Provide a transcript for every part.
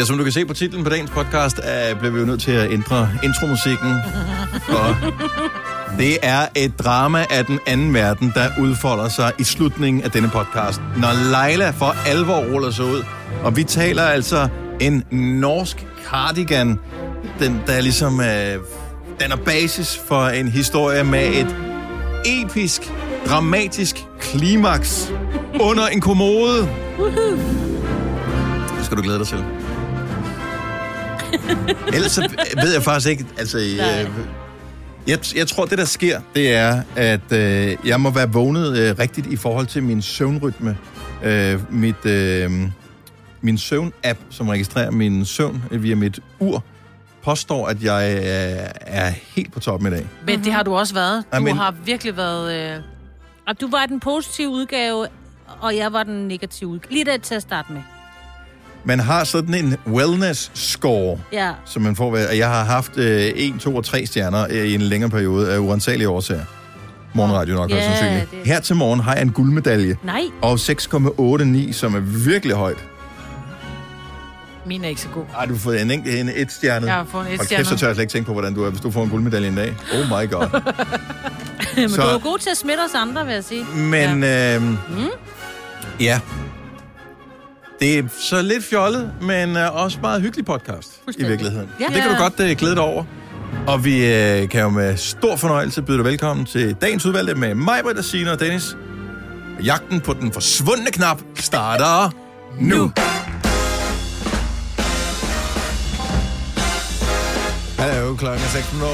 Ja, som du kan se på titlen på dagens podcast, bliver vi jo nødt til at ændre intromusikken. Og det er et drama af den anden verden, der udfolder sig i slutningen af denne podcast. Når Laila for alvor ruller sig ud, og vi taler altså en norsk cardigan, der ligesom danner basis for en historie med et episk, dramatisk klimaks under en kommode. Det skal du glæde dig til. Ellers så ved jeg faktisk ikke, altså... Jeg tror, det der sker, det er, at jeg må være vågnet rigtigt i forhold til min søvnrytme. Min søvn-app, som registrerer min søvn via mit ur, påstår, at jeg er helt på toppen i dag. Men det har du også været. Du har virkelig været... Og du var den positive udgave, og jeg var den negative udgave. Lige det til at starte med. Man har sådan en wellness score, som man får. Og jeg har haft 1, 2 og 3 stjerner i en længere periode af urensagelige årsager. Morgenradio nok også sandsynligt. Her til morgen har jeg en guldmedalje. Nej. Og 6,89, som er virkelig højt. Min er ikke så god. Har du fået en et stjerne? Jeg har fået en et stjerne. Kæft, så tør jeg slet ikke tænke på, hvordan du er, hvis du får en guldmedalje en dag. Oh my god. Men så... du er god til at smitte os andre, vil jeg sige. Men, ja. Det er så lidt fjollet, men også meget hyggelig podcast i virkeligheden. Ja. Det kan du godt glæde dig over. Og vi kan jo med stor fornøjelse byde dig velkommen til dagens udvalgte med mig, Britta, Signe og Dennis. Jagten på den forsvundne knap starter nu. Hallo, klokken er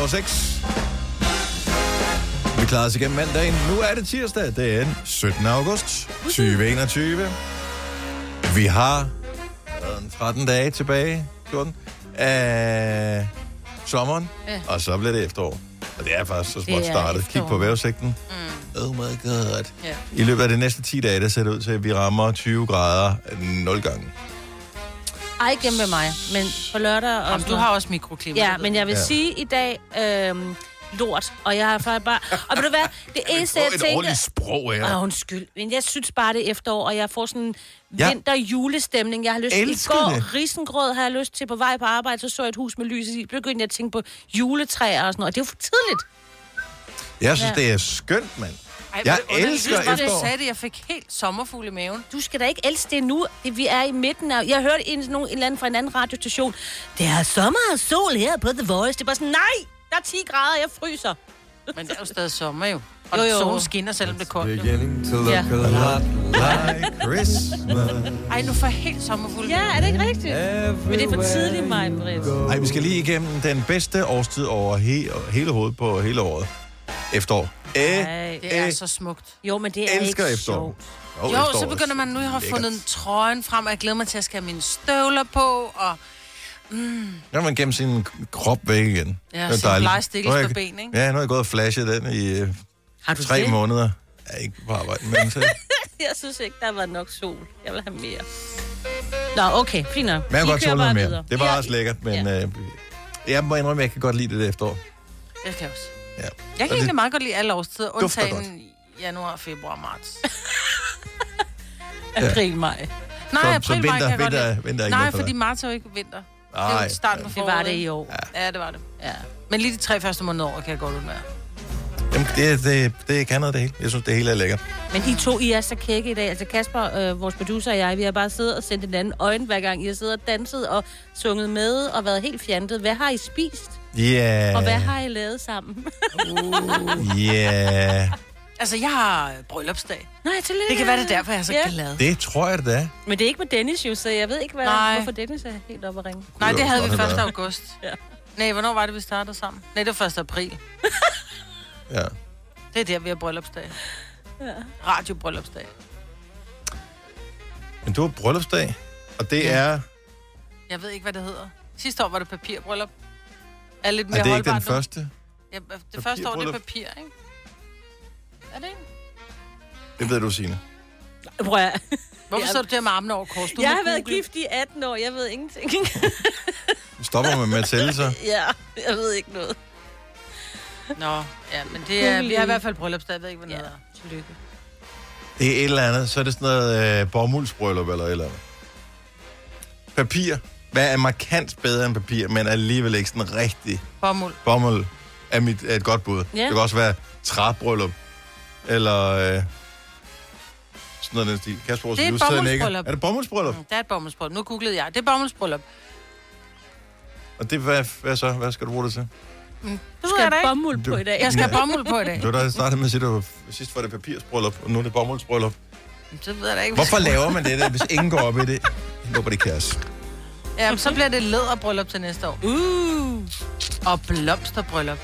6:06. Vi klarede os igennem mandagen. Nu er det tirsdag, den 17. august 2021. Vi har 13 dage tilbage, 14, af sommeren, og så bliver det efterår. Og det er faktisk så småt startet. Kig på vejrudsigten. Oh my god. I løbet af de næste 10 dage, der ser det ud til, at vi rammer 20 grader 0 gange. Ej, ikke med mig, men på lørdag... Og du har også mikroklima. Ja, men jeg vil sige i dag... lort, og jeg har faktisk bare... Og ved du hvad, det eneste, jeg tænker... Et ordentligt sprog, ja. Undskyld, men jeg synes bare, det er efterår, og jeg får sådan en vinter-julestemning. Jeg har lyst til... I går, risengrød har jeg lyst til på vej på arbejde, så jeg et hus med lys i. Begyndte jeg at tænke på juletræer og sådan noget, og det er jo for tidligt. Jeg synes, det er skønt, mand. Jeg elsker efterår. Jeg sagde det, jeg fik helt sommerfugl i maven. Du skal da ikke elske det nu. Vi er i midten af... Jeg hørte en eller anden fra en anden radiostation. Det er sommer og sol her på The Voice. Det er bare sådan, nej! Der er 10 grader, jeg fryser. Men det er jo stadig sommer jo. Og solen skinner, selvom det er koldt. Ej, nu får jeg helt sommerfuld. Ja, er det ikke rigtigt? Men det er for tidligt, mig, Britt. Ej, vi skal lige igennem den bedste årstid over hele hovedet på hele året. Efterår. Det er så smukt. Jo, men det er ikke efterår. Jo, så begynder man nu, jeg har fundet en trøjen frem, og jeg glæder mig til at skal have mine støvler på, og... Når man gennem sin krop væk igen. Ja, så plejer stikkels på ben, ikke? Ja, nu har jeg gået og flashet den i 3 måneder. Jeg er ikke på arbejde med den. Jeg synes ikke, der var nok sol. Jeg vil have mere. Nå, okay, fint nok. Men jeg kan godt tåle noget mere. Det var også lækkert, men jeg må indrømme, at jeg kan godt lide det efterår. Jeg kan også. Ja. Jeg kan egentlig meget godt lide alle årstider, undtagen januar, februar, marts. April, maj. Nej, april, maj kan jeg godt lide. Vinter nej, fordi marts er jo ikke vinter. Det er jo starten på foråret. Det var det i år. Ja, det var det. Ja. Men lige de 3 første måneder år kan jeg godt undvære. Jamen, det kan noget det hele. Jeg synes, det hele er lækkert. Men I to, I er så kække i dag. Altså Kasper, vores producer og jeg, vi har bare siddet og sendt en anden øjne hver gang. I har siddet og danset og sunget med og været helt fjantet. Hvad har I spist? Ja. Og hvad har I lavet sammen? Ja. Altså, jeg har bryllupsdag. Nej, tillykke. Det kan være det derfor, jeg er så glad. Det tror jeg, det er. Men det er ikke med Dennis jo, så jeg ved ikke, hvorfor Dennis er helt oppe at ringe. Nej, det havde vi 1. august. Ja. Nej, hvornår var det, vi startede sammen? Nej, det var 1. april. Ja. Det er der, vi har bryllupsdag. Ja. Radio-bryllupsdag. Men du har bryllupsdag, og det er... Jeg ved ikke, hvad det hedder. Sidste år var det papirbryllup. Er lidt mere det holdbart ikke den første? Ja, det første år, det er papir, ikke? Er det ikke? Det ved du, Signe. Hvorfor så du der med armene over kors? Jeg har været gift i 18 år, jeg ved ingenting. Stopper man med at tælle sig? Ja, jeg ved ikke noget. Nå, ja, men det er, vi har i hvert fald bryllupsdag, jeg ved ikke, hvad det hedder. Tillykke. Det er et eller andet, så er det sådan noget bomuldsbryllup eller et eller andet. Papir. Hvad er markant bedre end papir, men alligevel ikke sådan rigtig... Bomuld er et godt bud. Ja. Det kan også være træbryllup, eller sådan noget den stil. Kasper, det er et bomuldsbryllup. Er det bomuldsbryllup? Det er et bomuldsbryllup. Nu googlede jeg. Det er bomuldsbryllup. Og det, hvad så? Hvad skal du bruge det til? Du skal have bomuld på i dag. Jeg skal have bomuld på i dag. Du der startede med at sige, at sidst var det papirsbryllup, og nu er det bomuldsbryllup. Det ved jeg da ikke. Hvorfor laver man det der, hvis ingen går op i det? Nobody cares. Jamen, så bliver det læderbryllup til næste år. Og blomsterbryllup.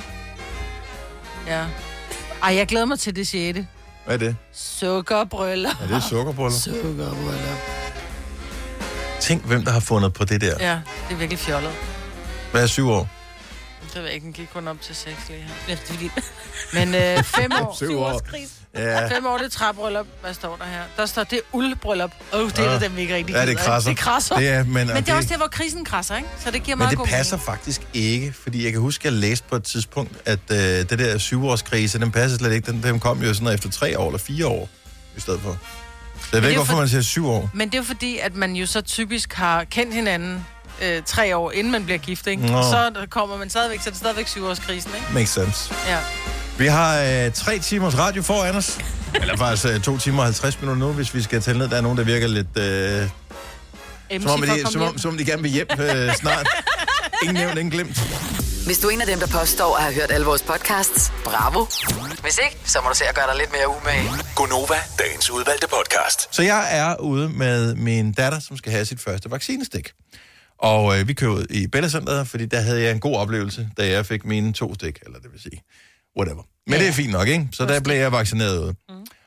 Ja. Ej, jeg glæder mig til det 6. Hvad er det? Sukkerbryllup. Ja, det er sukkerbryllup. Sukkerbryllup. Tænk, hvem der har fundet på det der. Ja, det er virkelig fjollet. Hvad er 7 år? Det ved jeg ikke, den gik kun op til 6 lige her. Men 5 år. 7 år. Ja. 5 år, det er træbryllup. Hvad står der her? Der står, det er uldbryllup. Det er dem, vi ikke rigtig gider. Ja, det krasser. Det krasser. Det er, men det er også der, hvor krisen krasser, ikke? Så det giver meget god mening. Men det passer faktisk ikke, fordi jeg kan huske, at jeg læste på et tidspunkt, at det der 7-årskrise, den passer slet ikke. Den kom jo sådan efter 3 år eller 4 år i stedet for. Jeg ved ikke, hvorfor man siger 7 år. Men det er jo fordi, at man jo så typisk har kendt hinanden 3 år, inden man bliver gift, ikke? Og så kommer man stadigvæk, så det er stadigvæk 7-årskrisen, ikke? Makes sense. Ja. Vi har 3 timers radio foran os. Eller faktisk 2 timer og 50 minutter nu, hvis vi skal tælle ned. Der er nogen, der virker lidt... som om de gerne vil hjem snart. Ingen nævnt, ingen glemt. Hvis du er en af dem, der påstår at have hørt alle vores podcasts, bravo. Hvis ikke, så må du se at gøre dig lidt mere umage. Gonova, dagens udvalgte podcast. Så jeg er ude med min datter, som skal have sit første vaccinestik. Og vi kører ud i Bella Center, fordi der havde jeg en god oplevelse, da jeg fik mine 2 stik, eller det vil sige, whatever. Men det er fint nok, ikke? Så der blev jeg vaccineret ud.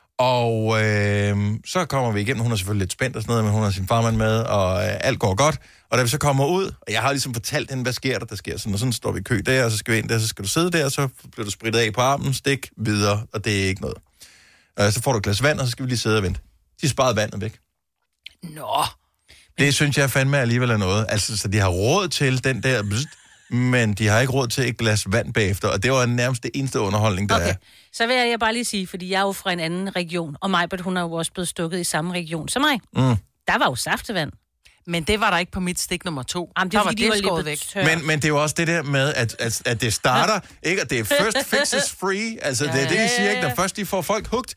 Og så kommer vi igennem. Hun er selvfølgelig lidt spændt og sådan noget, men hun har sin farmand med, og alt går godt. Og da vi så kommer ud, og jeg har ligesom fortalt hende, hvad sker der? Der sker sådan, og sådan står vi i kø der, og så skal vi ind der, så skal du sidde der, og så bliver du spritet af på armen, stik videre, og det er ikke noget. Så får du et glas vand, og så skal vi lige sidde og vente. De sparede vandet væk. Nå. Det synes jeg fandme alligevel er noget. Altså, så de har råd til den der... Men de har ikke råd til et glas vand bagefter, og det var nærmest det eneste underholdning, der er. Så vil jeg bare lige sige, fordi jeg er jo fra en anden region, og Majbert, hun er jo også blevet stukket i samme region som mig. Der var jo saftevand. Men det var der ikke på mit stik nummer 2. Jamen, det var fordi, de var skåret væk. Men det er jo også det der med, at det starter, ikke? At det er first fixes free. Altså, det er det, de siger, ikke? Når først de får folk hugt.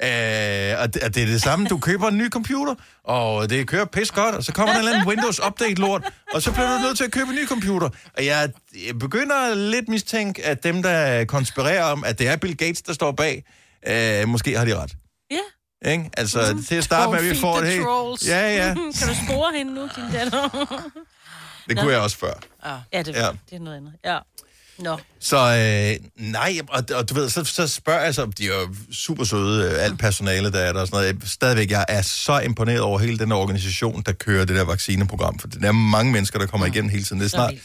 Og det er det samme. Du køber en ny computer, og det kører pis godt, og så kommer der en eller anden Windows Update-lort, og så bliver du nødt til at købe en ny computer. Og jeg begynder lidt mistænke, at dem, der konspirerer om, at det er Bill Gates, der står bag, måske har de ret. Ja. Ikke? Altså, til at starte med, at vi får det helt... Ja. Kan du spore hende nu, din datter? Det kunne jeg også før. Ja, det er noget andet. Ja. No. Så nej, og du ved, så spørger jeg så, de er jo super søde, alt personale, der er der og sådan noget. Stadigvæk, jeg er så imponeret over hele den organisation, der kører det der vaccineprogram, for der er mange mennesker, der kommer igennem hele tiden. Det er snart,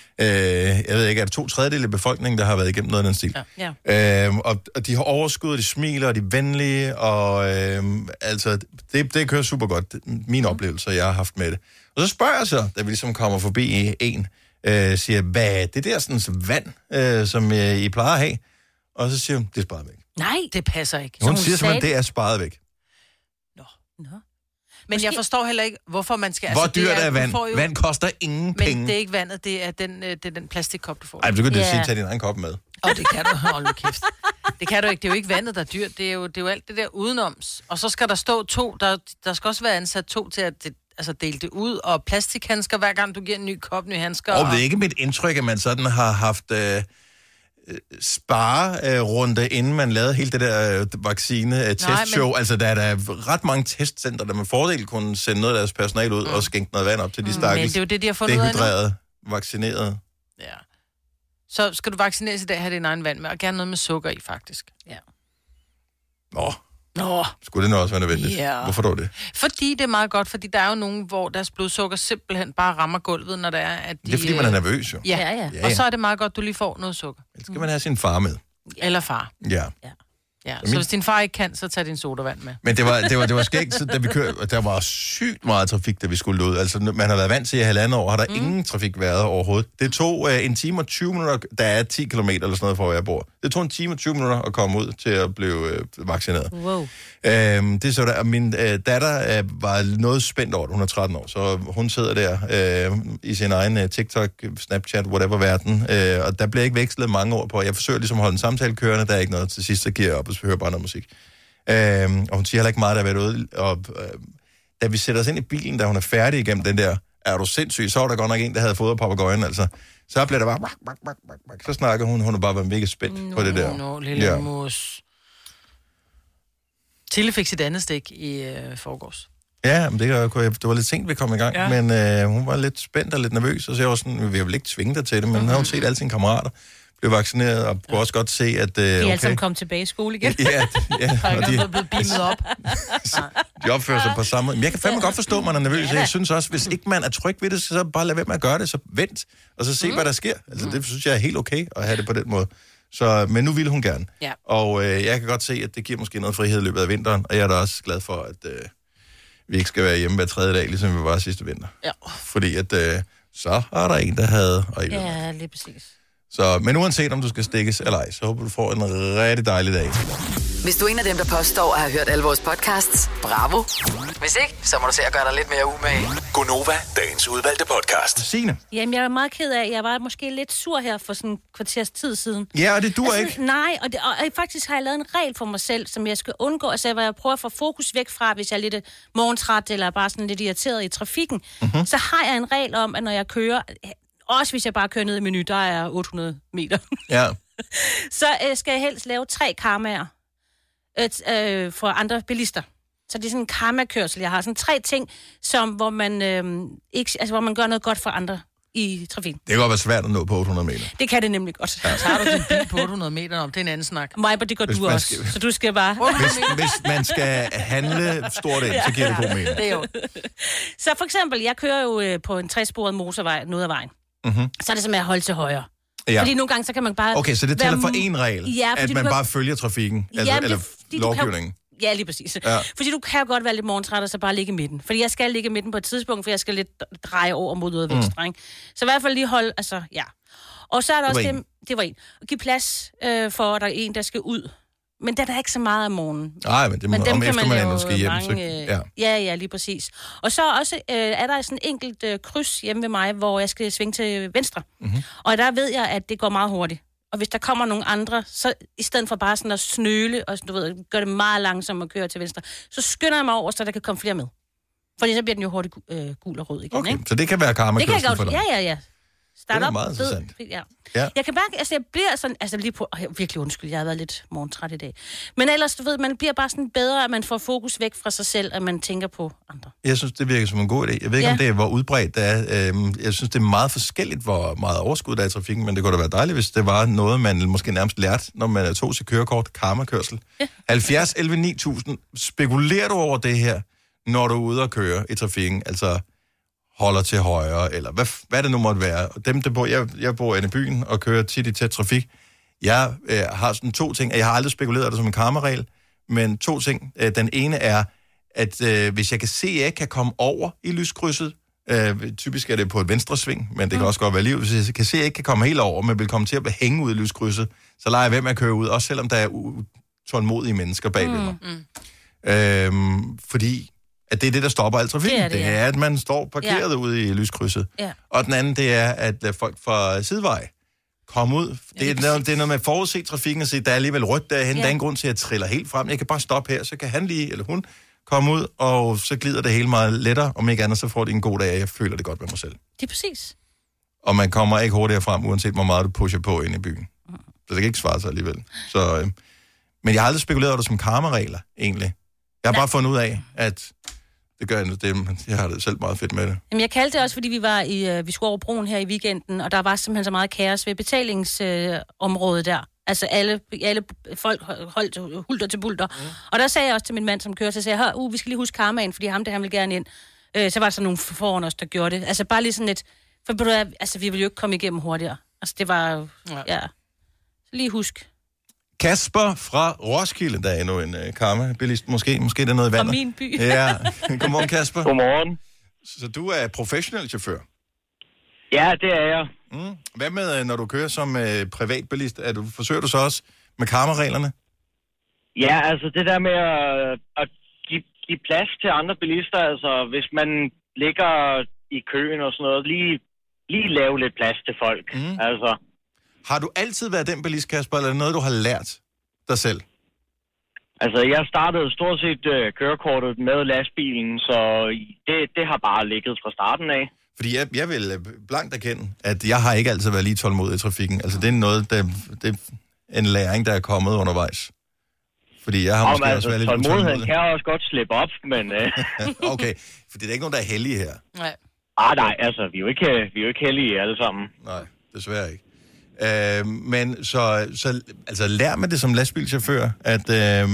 jeg ved ikke, er det 2/3 af befolkningen, der har været igennem noget af den stil. Ja. Og de har overskud, og de smiler, og de er venlige, og altså, det kører super godt. Mine oplevelser, jeg har haft med det. Og så spørger jeg så, da vi ligesom kommer forbi en, siger, hvad er det der sådan vand, som I plejer at have? Og så siger hun, det er sparet væk. Nej, det passer ikke. Hun siger simpelthen, det er sparet væk. Nå. Men jeg forstår heller ikke, hvorfor man skal... Hvor dyrt er vand? Vand koster ingen penge. Men det er ikke vandet, det er den plastikkop, du får. Ej, du kan sige, tag din egen kop med. Det kan du. Hold nu kæft. Det kan du ikke. Det er jo ikke vandet, der er dyrt. Det er jo alt det der udenoms. Og så skal der stå 2. Der skal også være ansat 2 til at dele det ud. Og plastikhandsker, hver gang du giver en ny kop, nye handsker. Og det er ikke mit indtryk, at man sådan har haft... sparerunde, inden man lavede hele det der vaccine-testshow. Altså, der er der ret mange testcenter, der med fordel kunne sende noget af deres personale ud og skænke noget vand op til de stakkels men det er jo det, de har fundet dehydrerede, vaccinerede. Ja. Så skal du vaccineres i dag, have din egen vand med, og gerne noget med sukker i, faktisk. Ja. Nå. Skulle det nu også være nødvendigt? Ja. Hvorfor dog det? Fordi det er meget godt, fordi der er jo nogen, hvor deres blodsukker simpelthen bare rammer gulvet, når det er, at de... Det er fordi, man er nervøs, jo. Ja. Og så er det meget godt, du lige får noget sukker. Ellers skal man have sin far med. Eller far. Ja. Ja, så hvis din far ikke kan, så tag din sodavand med. Men det var skægt, så da vi kørte, der var sygt meget trafik, da vi skulle ud. Altså, man har været vant til at 1,5 år, har der ingen trafik været overhovedet. Det tog 1 time og 20 minutter, der er 10 kilometer eller sådan noget, fra hvor jeg bor. Det tog 1 time og 20 minutter at komme ud til at blive vaccineret. Wow. Det så der, min datter var noget spændt over det. Hun er 13 år, så hun sidder der i sin egen TikTok, Snapchat, whatever-verden, og der bliver ikke vekslet mange ord på. Jeg forsøger ligesom at holde en samtale kørende, der er ikke noget. Til sidst, så giver jeg op, og så hører bare noget musik. Og hun siger heller ikke meget, der har været ude. Og da vi sætter os ind i bilen, da hun er færdig igennem den der, er du sindssyg, så var der godt nok en, der havde fået papegøjen, altså. Så bliver der bare, så snakker hun har bare været mega spændt på det der. Lille mus. Tille fik sit andet stik i forgårs. Ja, men det var lidt sent, vi kom i gang, men hun var lidt spændt og lidt nervøs, og så jeg var sådan, vi har vel ikke tvinge dig til det, men hun har jo set alle sine kammerater blev vaccineret, og kunne også godt se, at... De er alle sammen kommet tilbage i skole igen. Ja, og de er blevet beamet op. De opfører sig på samme måde. Men jeg kan fandme godt forstå, at man er nervøs. Jeg synes også, hvis ikke man er tryg ved det, så bare lad være med at gøre det, så vent, og så se, hvad der sker. Altså, det synes jeg er helt okay at have det på den måde. Så, men nu vil hun gerne. Ja. Og jeg kan godt se, at det giver måske noget frihed i løbet af vinteren, og jeg er da også glad for, at vi ikke skal være hjemme hver 3. dag, ligesom vi var sidste vinter. Ja. Fordi at så er der en, der havde... Ja, lige præcis. Så, men uanset om du skal stikkes eller ej, så håber du får en rigtig dejlig dag. Hvis du er en af dem, der påstår at have hørt alle vores podcasts, bravo. Hvis ikke, så må du se at gøre dig lidt mere umage. Gonova, dagens udvalgte podcast. Signe? Jamen, jeg er meget ked af, jeg var måske lidt sur her for sådan en kvarters tid siden. Ja, og det duer ikke. Nej, og faktisk har jeg lavet en regel for mig selv, som jeg skal undgå. Altså, hvor jeg prøver at få fokus væk fra, hvis jeg er lidt morgentræt eller bare sådan lidt irriteret i trafikken. Mm-hmm. Så har jeg en regel om, at når jeg kører... Også hvis jeg bare kører ned i Menu, der er 800 meter. Ja. Så skal jeg helst lave 3 karmaer for andre bilister. Så det er sådan en karmakørsel, jeg har. Sådan 3 ting, hvor man gør noget godt for andre i trafikken. Det kan godt være svært at nå på 800 meter. Det kan det nemlig godt. Ja. Så har du din bil på 800 meter om, det er en anden snak. Mig, det gør du også. Så du skal bare... Hvis man skal handle stort ind, så giver det god mening. Det er jo. Så for eksempel, jeg kører jo på en 3-sporet motorvej ned ad vejen. Mm-hmm. Så er det som at holde til højre. Ja. Fordi nogle gange, så kan man bare... Okay, så det tæller for en regel, at man bare følger trafikken, eller lovgivningen. Ja, lige præcis. Ja. Fordi du kan jo godt være lidt morgentræt, og så bare ligge i midten. Fordi jeg skal ligge i midten på et tidspunkt, for jeg skal lidt dreje over mod noget venstre, ikke? Så i hvert fald lige holde, altså, ja. Og så er der også det var en. At give plads for, at der er en, der skal ud. Men der er ikke så meget om morgenen. Nej, men det må om eftermiddagen, du skal hjem. Ja, lige præcis. Og så også er der sådan en enkelt kryds hjemme ved mig, hvor jeg skal svinge til venstre. Mm-hmm. Og der ved jeg, at det går meget hurtigt. Og hvis der kommer nogle andre, så i stedet for bare sådan at snøle, og du ved, gør det meget langsomt at køre til venstre, så skynder jeg mig over, så der kan komme flere med. Fordi så bliver den jo hurtigt gul og rød igen, okay, ikke? Så det kan være karmakørsel for dig? Ja. Det er meget interessant. Ja. Jeg kan bare, jeg bliver sådan, lige på, virkelig undskyld, jeg har været lidt morgentræt i dag. Men ellers, du ved, man bliver bare sådan bedre, at man får fokus væk fra sig selv, at man tænker på andre. Jeg synes, det virker som en god idé. Jeg ved ikke, om det er, hvor udbredt det er. Jeg synes, det er meget forskelligt, hvor meget overskud der er i trafikken, men det kunne da være dejligt, hvis det var noget, man måske nærmest lærte, når man tog sit kørekort, karmakørsel. Ja. 70 11 9000. Spekulerer du over det her, når du er ude og køre i trafikken? Altså... holder til højre, eller hvad det nu måtte være. Dem, der bor, jeg bor inde i byen og kører tit i tæt trafik. Jeg har sådan 2 ting, jeg har aldrig spekuleret det som en karmaregel, men 2 ting. Den ene er, at hvis jeg kan se, at jeg ikke kan komme over i lyskrydset, typisk er det på et venstre sving, men det kan også godt være liv. Hvis jeg kan se, at jeg ikke kan komme helt over, men vil komme til at hænge ud i lyskrydset, så lader jeg være med at køre ud, også selvom der er tålmodige mennesker bagved mig. Fordi at det er det, der stopper al trafikken. Det er, at man står parkeret ude i lyskrydset. Ja. Og den anden, det er, at lade folk fra sidevej komme ud. Det er noget med at forudse trafikken og sige, der er alligevel rødt derhen. Der er ingen grund til at trille helt frem. Jeg kan bare stoppe her, så kan han lige, eller hun, komme ud, og så glider det hele meget lettere. Om ikke andet, så får de en god dag, og jeg føler det godt med mig selv. Det er præcis. Og man kommer ikke hurtigere frem, uanset hvor meget du pusher på ind i byen. Så det kan ikke svare sig alligevel. Så, men jeg har aldrig spekuleret over det som karmaregler, egentlig. Jeg har bare fundet ud af, at det gør jeg har det selv meget fedt med det. Jamen, jeg kaldte det også, fordi vi skulle over broen her i weekenden, og der var simpelthen så meget kaos ved betalingsområdet der. Altså alle folk holdt hulter til bulter. Og der sagde jeg også til min mand, som kører, så sagde jeg, vi skal lige huske karmaen, fordi ham der, han vil gerne ind. Så var der sådan nogle foran os, der gjorde det. Altså bare lige sådan et, for vi ville jo ikke komme igennem hurtigere. Altså det var jo, Så lige husk. Kasper fra Roskilde, der er endnu en karma-bilist. Måske det er noget i vandet. Fra min by. Ja. Godmorgen, Kasper. Godmorgen. Så du er professionel chauffør? Ja, det er jeg. Hvad med, når du kører som privatbilist? Forsøger du så også med karma-reglerne? Ja, altså det der med at give plads til andre bilister, altså hvis man ligger i køen og sådan noget, lige lave lidt plads til folk. Altså. Har du altid været den bilist, Kasper, eller er det noget, du har lært dig selv? Altså, jeg startede stort set kørekortet med lastbilen, så det har bare ligget fra starten af. Fordi jeg vil blankt erkende, at jeg har ikke altid været lige tålmodig i trafikken. Altså, det er noget, det er en læring, der er kommet undervejs. Fordi jeg har måske også været lidt utålmodig. Tålmodigheden kan også godt slippe op, men... Okay, for det er ikke nogen, der er heldige her. Nej. Nej, altså, vi er jo ikke heldige alle sammen. Nej, desværre ikke. Men så altså, lær man det som lastbilchauffør, at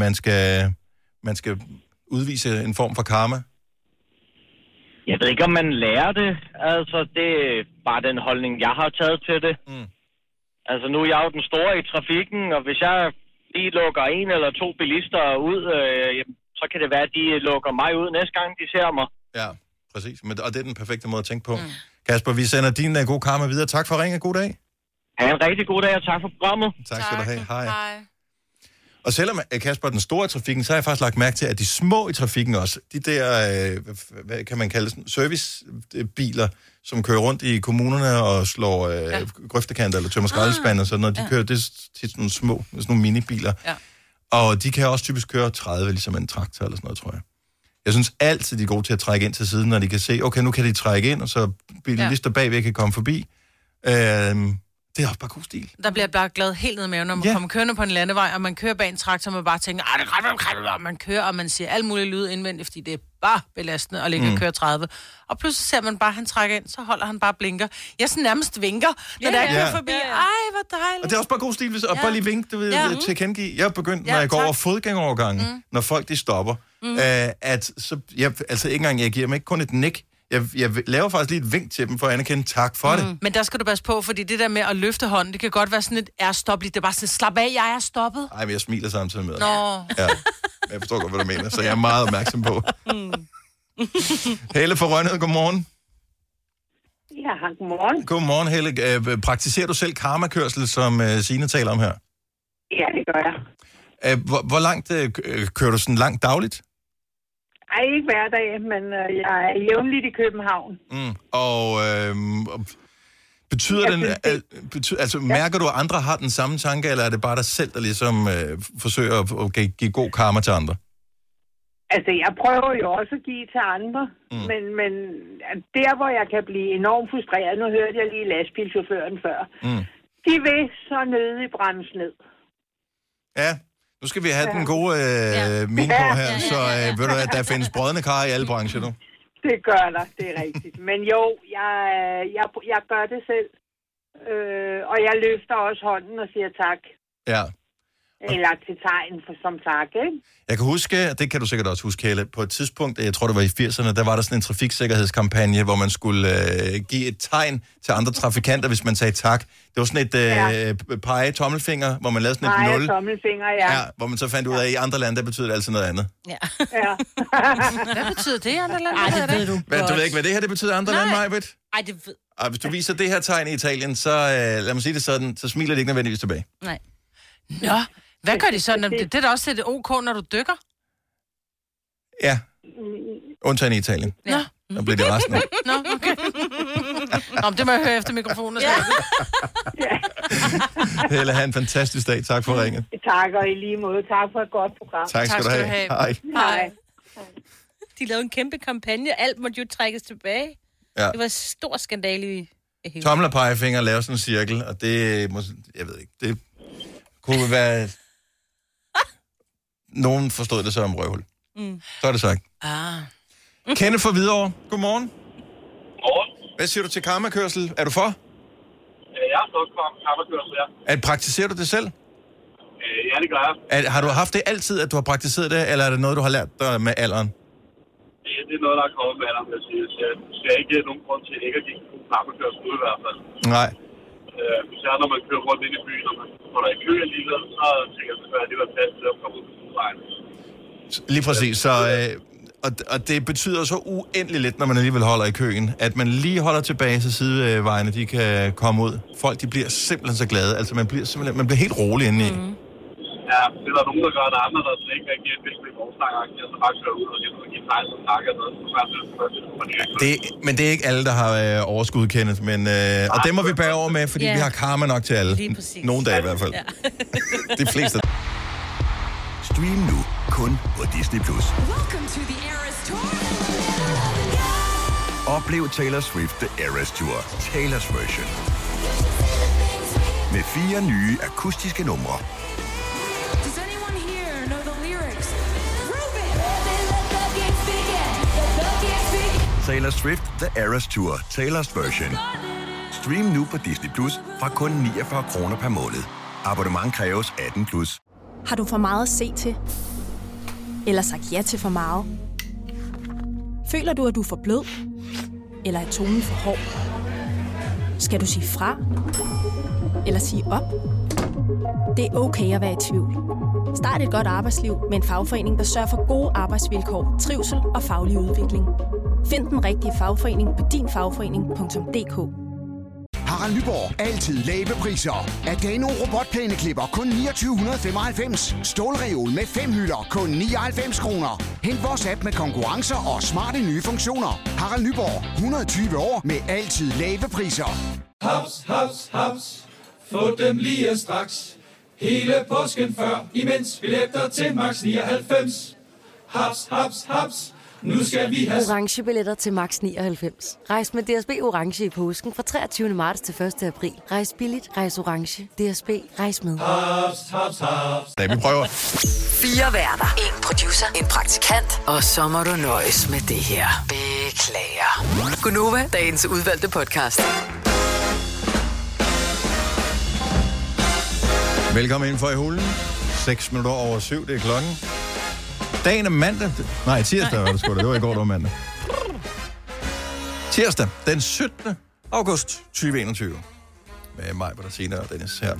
man skal udvise en form for karma? Jeg ved ikke, om man lærer det. Altså, det er bare den holdning, jeg har taget til det. Altså, nu er jeg jo den store i trafikken, og hvis jeg lige lukker en eller to bilister ud, så kan det være, at de lukker mig ud næste gang, de ser mig. Ja, præcis. Og det er den perfekte måde at tænke på. Kasper, vi sender din god karma videre. Tak for at ringe. God dag. Ha' en rigtig god dag, og tak for programmet. Tak skal du have. Hej. Og selvom Kasper er den store i trafikken, så har jeg faktisk lagt mærke til, at de små i trafikken også, de der, hvad kan man kalde det, servicebiler, som kører rundt i kommunerne og slår grøftekanter eller tømmer skraldespande og sådan noget, de kører, det er tit sådan små, sådan nogle minibiler. Ja. Og de kan også typisk køre 30, ligesom en traktor eller sådan noget, tror jeg. Jeg synes altid, de er gode til at trække ind til siden, når de kan se, okay, nu kan de trække ind, og så bilister bagved kan komme forbi. Det er også bare god stil. Der bliver bare glad helt ned i maven, når man kommer kørende på en landevej, og man kører bag en traktor, og man bare tænker, og man kører, og man siger alt muligt lyd indvendigt, fordi det er bare belastende at ligge og køre 30. Og pludselig ser man bare, at han trækker ind, så holder han bare blinker. Jeg sådan nærmest vinker, når der kører forbi. Ej, hvor dejligt. Og det er også bare god stil, og bare lige vinke, du ved, til at kendegive. Jeg er begyndt, når jeg går over fodgængerovergangen, når folk de stopper, at så, altså ikke engang, jeg giver dem ikke kun et nik. Jeg laver faktisk lige et vink til dem for at anerkende tak for det. Men der skal du passe på, fordi det der med at løfte hånden, det kan godt være sådan et stopligt. Det er bare sådan, slap af, jeg er stoppet. Nej, men jeg smiler samtidig med. Nå. Ja, jeg forstår godt, hvad du mener, så jeg er meget opmærksom på. Helle fra Rønnede, godmorgen. Ja, godmorgen. Godmorgen, Helle. Praktiserer du selv karmakørsel, som Signe taler om her? Ja, det gør jeg. Hvor langt kører du sådan langt dagligt? Ej, ikke hver dag, men jeg er jævnligt i København. Og betyder den... altså, mærker du, at andre har den samme tanke, eller er det bare dig selv, der ligesom forsøger at give god karma til andre? Altså, jeg prøver jo også at give til andre, men der, hvor jeg kan blive enormt frustreret, nu hørte jeg lige lastbilchaufføren før, de vil så nødig bremse ned. Ja. Nu skal vi have den gode mine på her, så ved du, at der findes brodne kar i alle brancher nu. Det gør der, det er rigtigt. Men jo, jeg gør det selv. Og jeg løfter også hånden og siger tak. Ja. Eller til tegn som tak, ikke? Jeg kan huske, og det kan du sikkert også huske, Helle, på et tidspunkt, jeg tror det var i 80'erne, der var der sådan en trafiksikkerhedskampagne, hvor man skulle give et tegn til andre trafikanter, hvis man sagde tak. Det var sådan et pege-tommelfinger, hvor man lavede sådan et 0. Tommelfinger, ja. Hvor man så fandt ud af, at i andre lande, der betyder det altså noget andet. Ja. Hvad betyder det i andre lande? Ej, det ved du godt. Du ved ikke, hvad det her det betyder i andre lande, Majbet? Ej, det ved... Og hvis du viser det her tegn i Italien, så lad mig sige det sådan, så smiler det ikke nødvendigvis tilbage. Nej. Nå, hvad gør de så? Det er da også et OK, når du dykker? Ja. Undtagen i Italien. Ja. Der bliver det resten af. Nå, okay. Nå, det må jeg høre efter mikrofonen. Ja. Helle, have en fantastisk dag. Tak for ringet. Tak, og i lige måde. Tak for et godt program. Tak skal du have. Hej. Hej. De lavede en kæmpe kampagne. Alt måtte jo trækkes tilbage. Ja. Det var en stor skandale i hele. Tommel og pegefinger laver sådan en cirkel, og det jeg ved ikke, det kunne være... Nogen forstod det så om røvhul. Så er det sagt. Kenneth fra Hvidovre, godmorgen. Godmorgen. Hvad siger du til karmakørsel? Er du for? Jeg er stået for karmakørsel, ja. Praktiserer du det selv? Ja, det gør jeg. Har du haft det altid, at du har praktiseret det, eller er det noget, du har lært dig med alderen? Det er noget, der er kommet med alderen, vil jeg sige. Jeg skal ikke nogen grund til ikke at give karmakørsel ud i hvert fald. Nej. Hvis når man kører rundt ind i byen, og man får der i kø alligevel, så tænker jeg, at det var plads til at komme ud på vejen. Lige præcis, så... Og det betyder så uendeligt lidt, når man alligevel holder i køen, at man lige holder tilbage, så sidevejene de kan komme ud. Folk, de bliver simpelthen så glade. Altså, man bliver helt rolig indeni. Mm-hmm. Ja, det er der nogen, der gør det, andre, der ikke rigtig er vildt med vognstangagtigt, og så bare kører ud og giver fejl og snakker noget. Men det er ikke alle, der har overskud, Kenneth. Men, og det må vi bære over med, fordi vi har karma nok til alle. Nogle dage i hvert fald. Ja. De fleste. Stream nu kun på Disney+. Oplev Taylor Swift The Eras Tour, Taylor's version. Med 4 nye akustiske numre. Taylor Swift The Eras Tour, Taylor's version. Stream nu på Disney+ fra kun 49 kroner per måned. Abonnement kræves 18+. Har du for meget at se til? Eller sagt ja til for meget? Føler du, at du er for blød? Eller er tonen for hård? Skal du sige fra? Eller sige op? Det er okay at være i tvivl. Start et godt arbejdsliv med en fagforening, der sørger for gode arbejdsvilkår, trivsel og faglig udvikling. Find den rigtige fagforening på dinfagforening.dk. Harald Nyborg. Altid lave priser. Adano robotplæneklipper kun 2995. Stålreol med 5 hylder kun 99 kroner. Hent vores app med konkurrencer og smarte nye funktioner. Harald Nyborg. 120 år med altid lave priser. Haps, haps, haps. Få dem lige straks. Hele påsken før, imens billetter til max 99. Haps, haps, haps. Nu skal vi have orange billetter til max 99. Rejs med DSB Orange i påsken fra 23. marts til 1. april. Rejs billigt, rejs orange. DSB, rejs med. Haps, haps, haps. Da vi prøver. 4 værter, 1 producer, en praktikant, og så må du nøjes med det her. Beklager. Gunova, dagens udvalgte podcast. Velkommen indenfor i hulen. 6 minutter over 7, det er klokken. Dagen er mandag. Nej, tirsdag var det sgu da. Det var i går, det var mandag. Tirsdag, den 17. august 2021. Med mig, Bettina og Dennis her.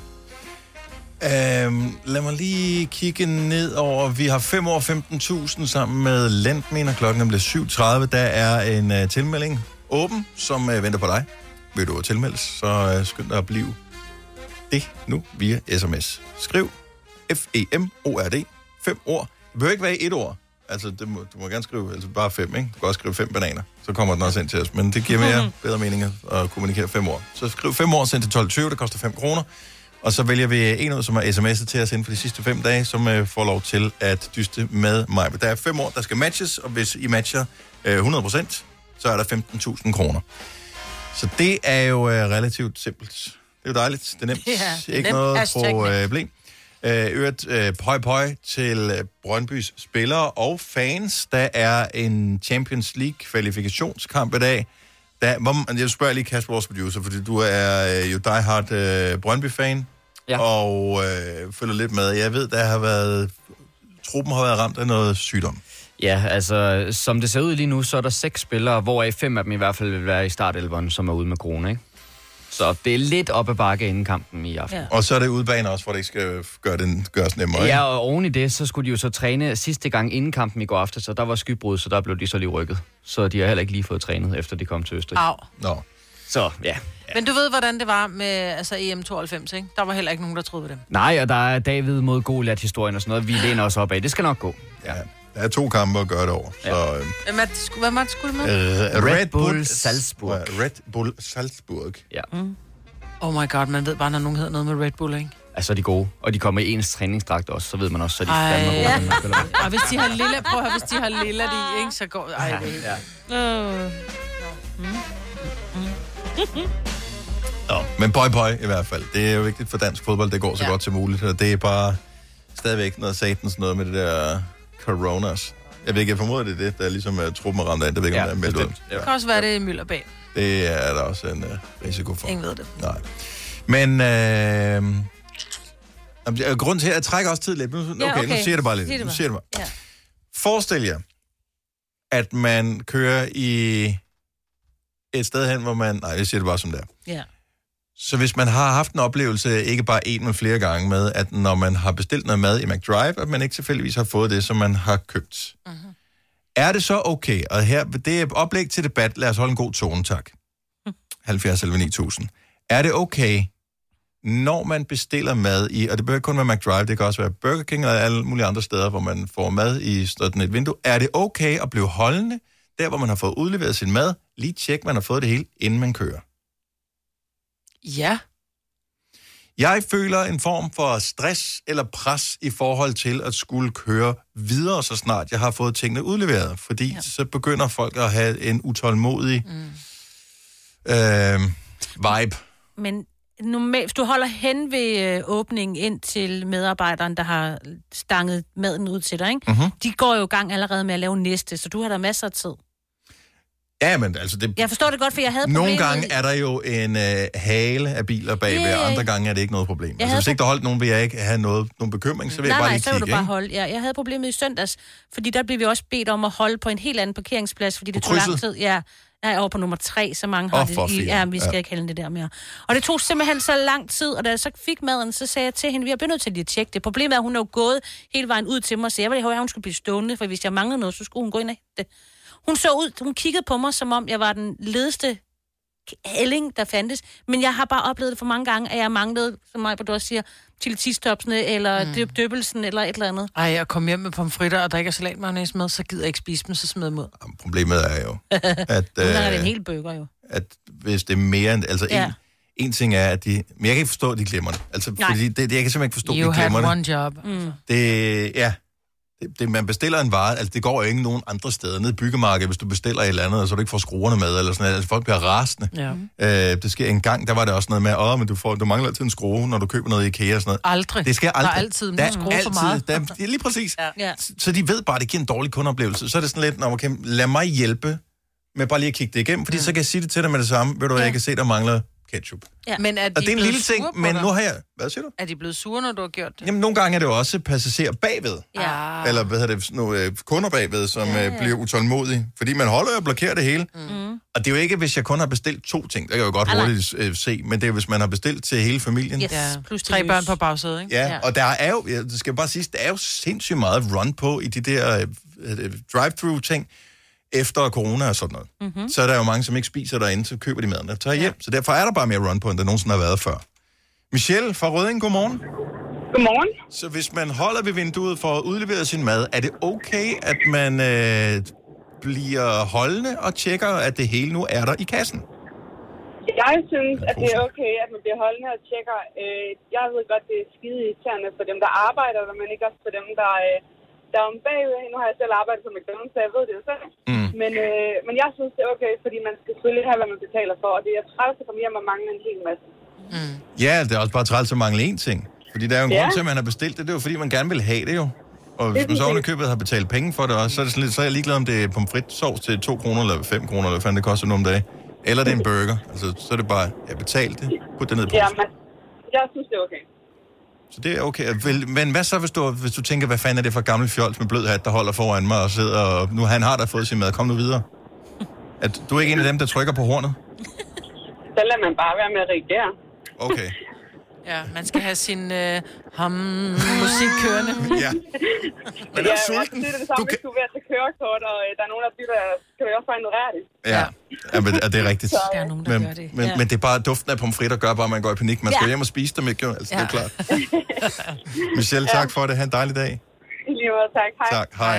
Lad mig lige kigge ned over. Vi har 5 år 15.000 sammen med Lendmin, og klokken bliver 7.30. Der er en tilmelding åben, som venter på dig. Vil du tilmeldes, så skynd dig at blive det nu via sms. Skriv FEMORD 5 ord. Det behøver ikke være 1 ord. Altså, du må gerne skrive bare 5, ikke? Du kan også skrive 5 bananer. Så kommer den også ind til os. Men det giver mere bedre mening at kommunikere 5 ord. Så skriv 5 ord, send til 12.20, det koster 5 kroner. Og så vælger vi en ud, som har sms'et til os inden for de sidste 5 dage, som får lov til at dyste med mig. Der er 5 ord, der skal matches, og hvis I matcher 100%, så er der 15.000 kroner. Så det er jo relativt simpelt. Det er jo dejligt. Det er nemt. Ja, ikke noget problem. Pøj til Brøndbys spillere og fans. Der er en Champions League kvalifikationskamp i dag. Jeg spørger lige Kasper, vores producer, fordi du er jo diehard Brøndby-fan, og følger lidt med. Jeg ved, truppen har været ramt af noget sygdom. Ja, altså, som det ser ud lige nu, så er der 6 spillere, hvoraf 5 af dem i hvert fald vil være i startelveren, som er ude med corona, ikke? Så det er lidt op ad bakke inden kampen i aften. Ja. Og så er det udebane også, hvor det ikke skal gøres nemmere, ikke? Ja, og oven i det, så skulle de jo så træne sidste gang inden kampen i går aftes, så der var skybrud, så der blev de så lige rykket. Så de har heller ikke lige fået trænet, efter de kom til Østrig. Au. Nå. Så, ja. Men du ved, hvordan det var med EM92, ikke? Der var heller ikke nogen, der troede på dem. Nej, og der er David mod Goliat-historien og sådan noget. Vi læner os op af. Det skal nok gå. Ja. Der er 2 kampe at gøre det over. Ja. Så, hvad var det skulle med? Red Bull Salzburg. Red Bull Salzburg. Ja. Mm. Oh my god, man ved bare, når nogen hedder noget med Red Bull, ikke? Altså, de er gode. Og de kommer i ens træningsdragt også, så ved man også, så de fandme gode. Og hvis de har lilla, prøv at høre, hvis de har lilla de, ikke, så går... Ej, det men pøj i hvert fald. Det er jo vigtigt for dansk fodbold, det går så godt som muligt. Og det er bare stadigvæk noget satans noget med det der coronas. Jeg ved ikke, jeg formoder, det er det, der ligesom er truppen ramt af. Det ved ikke, om der er meldt ud. Det kan også være, det er mylderbag. Det er der også en risiko for. Ingen ved det. Nej. Men grunden til, at jeg trækker også tid lidt. Okay, nu siger jeg det bare lidt. Ja. Forestil jer, at man kører i et sted hen, hvor man... Nej, jeg siger det bare som det er. Ja. Så hvis man har haft en oplevelse, ikke bare en, men flere gange med, at når man har bestilt noget mad i McDrive, at man ikke tilfældigvis har fået det, som man har købt. Mm-hmm. Er det så okay? Og her, det er oplæg til debat. Lad os holde en god tone, tak. 70 11 9000. Er det okay, når man bestiller mad i, og det behøver kun være McDrive, det kan også være Burger King og alle mulige andre steder, hvor man får mad i sådan et vindue. Er det okay at blive holdende, der hvor man har fået udleveret sin mad, lige tjek, man har fået det hele, inden man kører? Ja. Jeg føler en form for stress eller pres i forhold til at skulle køre videre, så snart jeg har fået tingene udleveret. Fordi så begynder folk at have en utålmodig vibe. Men hvis du holder hen ved åbningen ind til medarbejderen, der har stanget maden ud til dig, ikke? Mm-hmm. De går jo i gang allerede med at lave næste, så du har der masser af tid. Ja, men altså... Jeg forstår det godt, for jeg havde nogle gange er der jo en hale af biler bagved, andre gange er det ikke noget problem. Altså, hvis ikke der holdt nogen, vil jeg ikke have nogen bekymring, så vil jeg bare lige kigge, så vil du bare holde. Ja, jeg havde problemet i søndags, fordi der blev vi også bedt om at holde på en helt anden parkeringsplads, fordi det tog lang tid. Ja, jeg er over på nummer 3, så mange har det i. Ja, vi skal ikke hælde det der mere. Og det tog simpelthen så lang tid, og da jeg så fik maden, så sagde jeg til hende, vi har nødt til lige at tjekke det. Problemet er, at hun er jo gået hele vejen ud til mig, så jeg ville have, at hun skulle blive stående, for hvis jeg manglede noget, så skulle hun gå ind og det. Hun så ud, hun kiggede på mig, som om jeg var den ledeste ælling, der fandtes. Men jeg har bare oplevet det for mange gange, at jeg manglede, som mig, du også siger, chili-cheese-topsene, eller døbelsen, eller et eller andet. Ej, jeg kom hjem med pomfritter, og der ikke er salatmayonnaise med, så gider jeg ikke spise dem, så smider jeg dem ud. Problemet er jo, at... Nu er det en hel burger, jo. At hvis det er mere end... Altså, en ting er, at de... Men jeg kan ikke forstå, at de glemmer det. Altså, fordi det, jeg kan simpelthen ikke forstå, at de glemmer det. You had one job. Det... Ja. Man bestiller en vare, altså det går jo ikke nogen andre steder. Nede i byggemarkedet, hvis du bestiller et eller andet, og så du ikke får skruerne med, eller sådan noget. Altså folk bliver rasende. Ja. Det sker en gang, der var det også noget med, men du mangler altid en skrue, når du køber noget i IKEA og sådan noget. Aldrig. Det sker aldrig. Der er altid en skrue for meget. Ja, lige præcis. Ja. Så de ved bare, at det giver en dårlig kundeoplevelse. Så er det sådan lidt, okay, lad mig hjælpe med bare lige at kigge det igennem, fordi så kan jeg sige det til dig med det samme. Ved du, jeg kan se, der mangler ketchup. Ja. Men og det er en lille ting, men nu har jeg... Hvad siger du? Er de blevet sure, når du har gjort det? Jamen, nogle gange er det jo også passagerer bagved. Ja. Eller hvad hedder det, nogle kunder bagved, som bliver utålmodige. Fordi man holder og blokerer det hele. Mm. Og det er jo ikke, hvis jeg kun har bestilt 2 ting. Det kan jeg jo godt hurtigt se. Men det er jo, hvis man har bestilt til hele familien. Yes. Ja. Plus 3 børn på bagsædet, ikke? Ja, og der er jo... Det skal bare sige, der er jo sindssygt meget run på i de der drive-thru-ting. Efter corona og sådan noget. Mm-hmm. Så er der jo mange, som ikke spiser derinde, så køber de maden og tager hjem. Så derfor er der bare mere run på, end der nogensinde har været før. Michelle fra Rødding, godmorgen. Godmorgen. Så hvis man holder ved vinduet for at udlevere sin mad, er det okay, at man bliver holdende og tjekker, at det hele nu er der i kassen? Jeg synes, at det er okay, at man bliver holdende og tjekker. Jeg ved godt, det er skide irriterende for dem, der arbejder, men ikke også for dem, der er om bagved. Nu har jeg selv arbejdet på McDonald's, så jeg ved det jo selv. Men jeg synes, det er okay, fordi man skal selvfølgelig have, hvad man betaler for, og det er træls at komme hjem og mangle en hel masse. Mm. Ja, det er også bare træls at mangle én ting. Fordi der er jo en grund til, at man har bestilt det. Det er jo fordi, man gerne vil have det jo. Og hvis man så ovenikøbet har betalt penge for det også, så er det sådan lidt, så er jeg ligeglad, om det er pomfritsovs til 2 kroner eller 5 kroner, eller hvad fanden det koster nogle dage. Eller det er en burger. Altså, så er det bare, jeg betalte det, put det ned på. Ja, men jeg synes, det er okay. Så det er okay. Men hvad så, hvis du tænker, hvad fanden er det for gammel fjols med blød hat, der holder foran mig og sidder, og nu han har da fået sin mad. Kom nu videre. At du er ikke en af dem, der trykker på hornet? Så lader man bare være med at reagere. Okay. Ja, man skal have sin musik kørende. Ja. Men det er sulten. Det er det samme, hvis du er ved at tage kørekort, og der er nogen, der bliver, kan vi også bare ignorere det. Ja, men det er rigtigt. Der er nogen, der gør det. Men det er bare duften af pomfritter, gør bare, at man går i panik. Man skal hjem og spise dem, ikke? Altså, det er klart. Michelle, tak for det. Ha' en dejlig dag. I lige måde, tak. Hej. Tak, hej.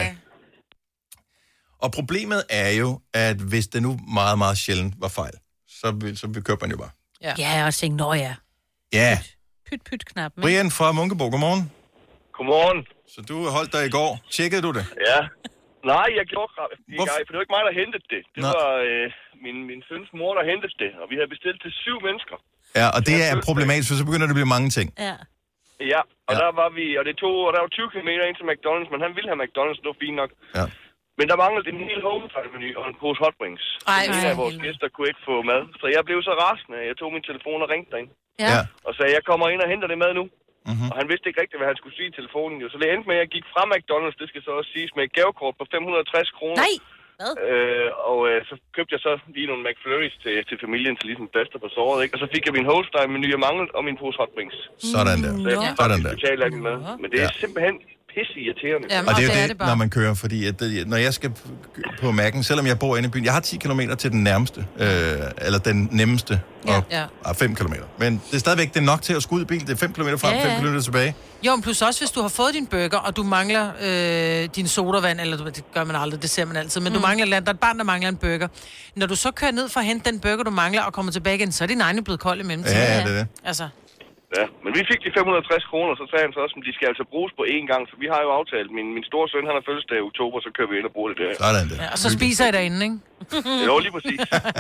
Og problemet er jo, at hvis det nu meget, meget sjældent var fejl, så køber man jo bare. Ja, og tænke, ja. Ja. Pyt-pyt-knappen. Brian fra Munkebo, godmorgen. Godmorgen. Så du holdt dig i går. Tjekkede du det? Ja. Nej, jeg gjorde ikke, for det var ikke mig, der hentede det. Det var min søns mor, der hentede det, og vi havde bestilt til 7 mennesker. Ja, og det er problematisk, for så begynder det at blive mange ting. Ja. Ja, og der var vi, og der var 20 km ind til McDonald's, men han ville have McDonald's, det var fint nok. Ja. Men der manglede en hel homestyle-menu og en pose hot wings. En af vores gæster kunne ikke få mad, så jeg blev så rasende. Jeg tog min telefon og ringte derind. Ja. Og sagde, jeg kommer ind og henter det mad nu. Mm-hmm. Og han vidste ikke rigtigt, hvad han skulle sige i telefonen. Jo. Så det endte med, at jeg gik fra McDonald's, det skal så også siges, med et gavekort på 560 kroner. Nej! Så købte jeg så lige nogle McFlurries til familien, til ligesom plaster på såret, ikke? Og så fik jeg min Holstein-menu, jeg manglede, og min pose hot wings. Sådan der. Så jeg Sådan der. betale af med. Men det er simpelthen pisse irriterende. Ja, og det er jo det, når man kører, fordi når jeg skal på Mac'en, selvom jeg bor inde i byen, jeg har 10 kilometer til den nærmeste, eller den nemmeste, og 5 kilometer. Men det er stadigvæk det er nok til at skulle ud i bil. Det er 5 kilometer frem, 5 kilometer tilbage. Jo, men plus også, hvis du har fået din burger, og du mangler din sodavand, eller det gør man aldrig, det ser man altid, men du mangler land, der er et barn, der mangler en burger. Når du så kører ned for at hente den burger, du mangler, og kommer tilbage igen, så er din egen blevet kold i mellemtiden. Ja, det er det. Altså. Ja, men vi fik de 560 kroner, så sagde han så også, at de skal altså bruges på én gang, så vi har jo aftalt. Min store søn, han har fødselsdag i oktober, så kører vi ind og bruger det der. Sådan det. Ja, og så spiser I derinde, ikke? Jo, lige præcis.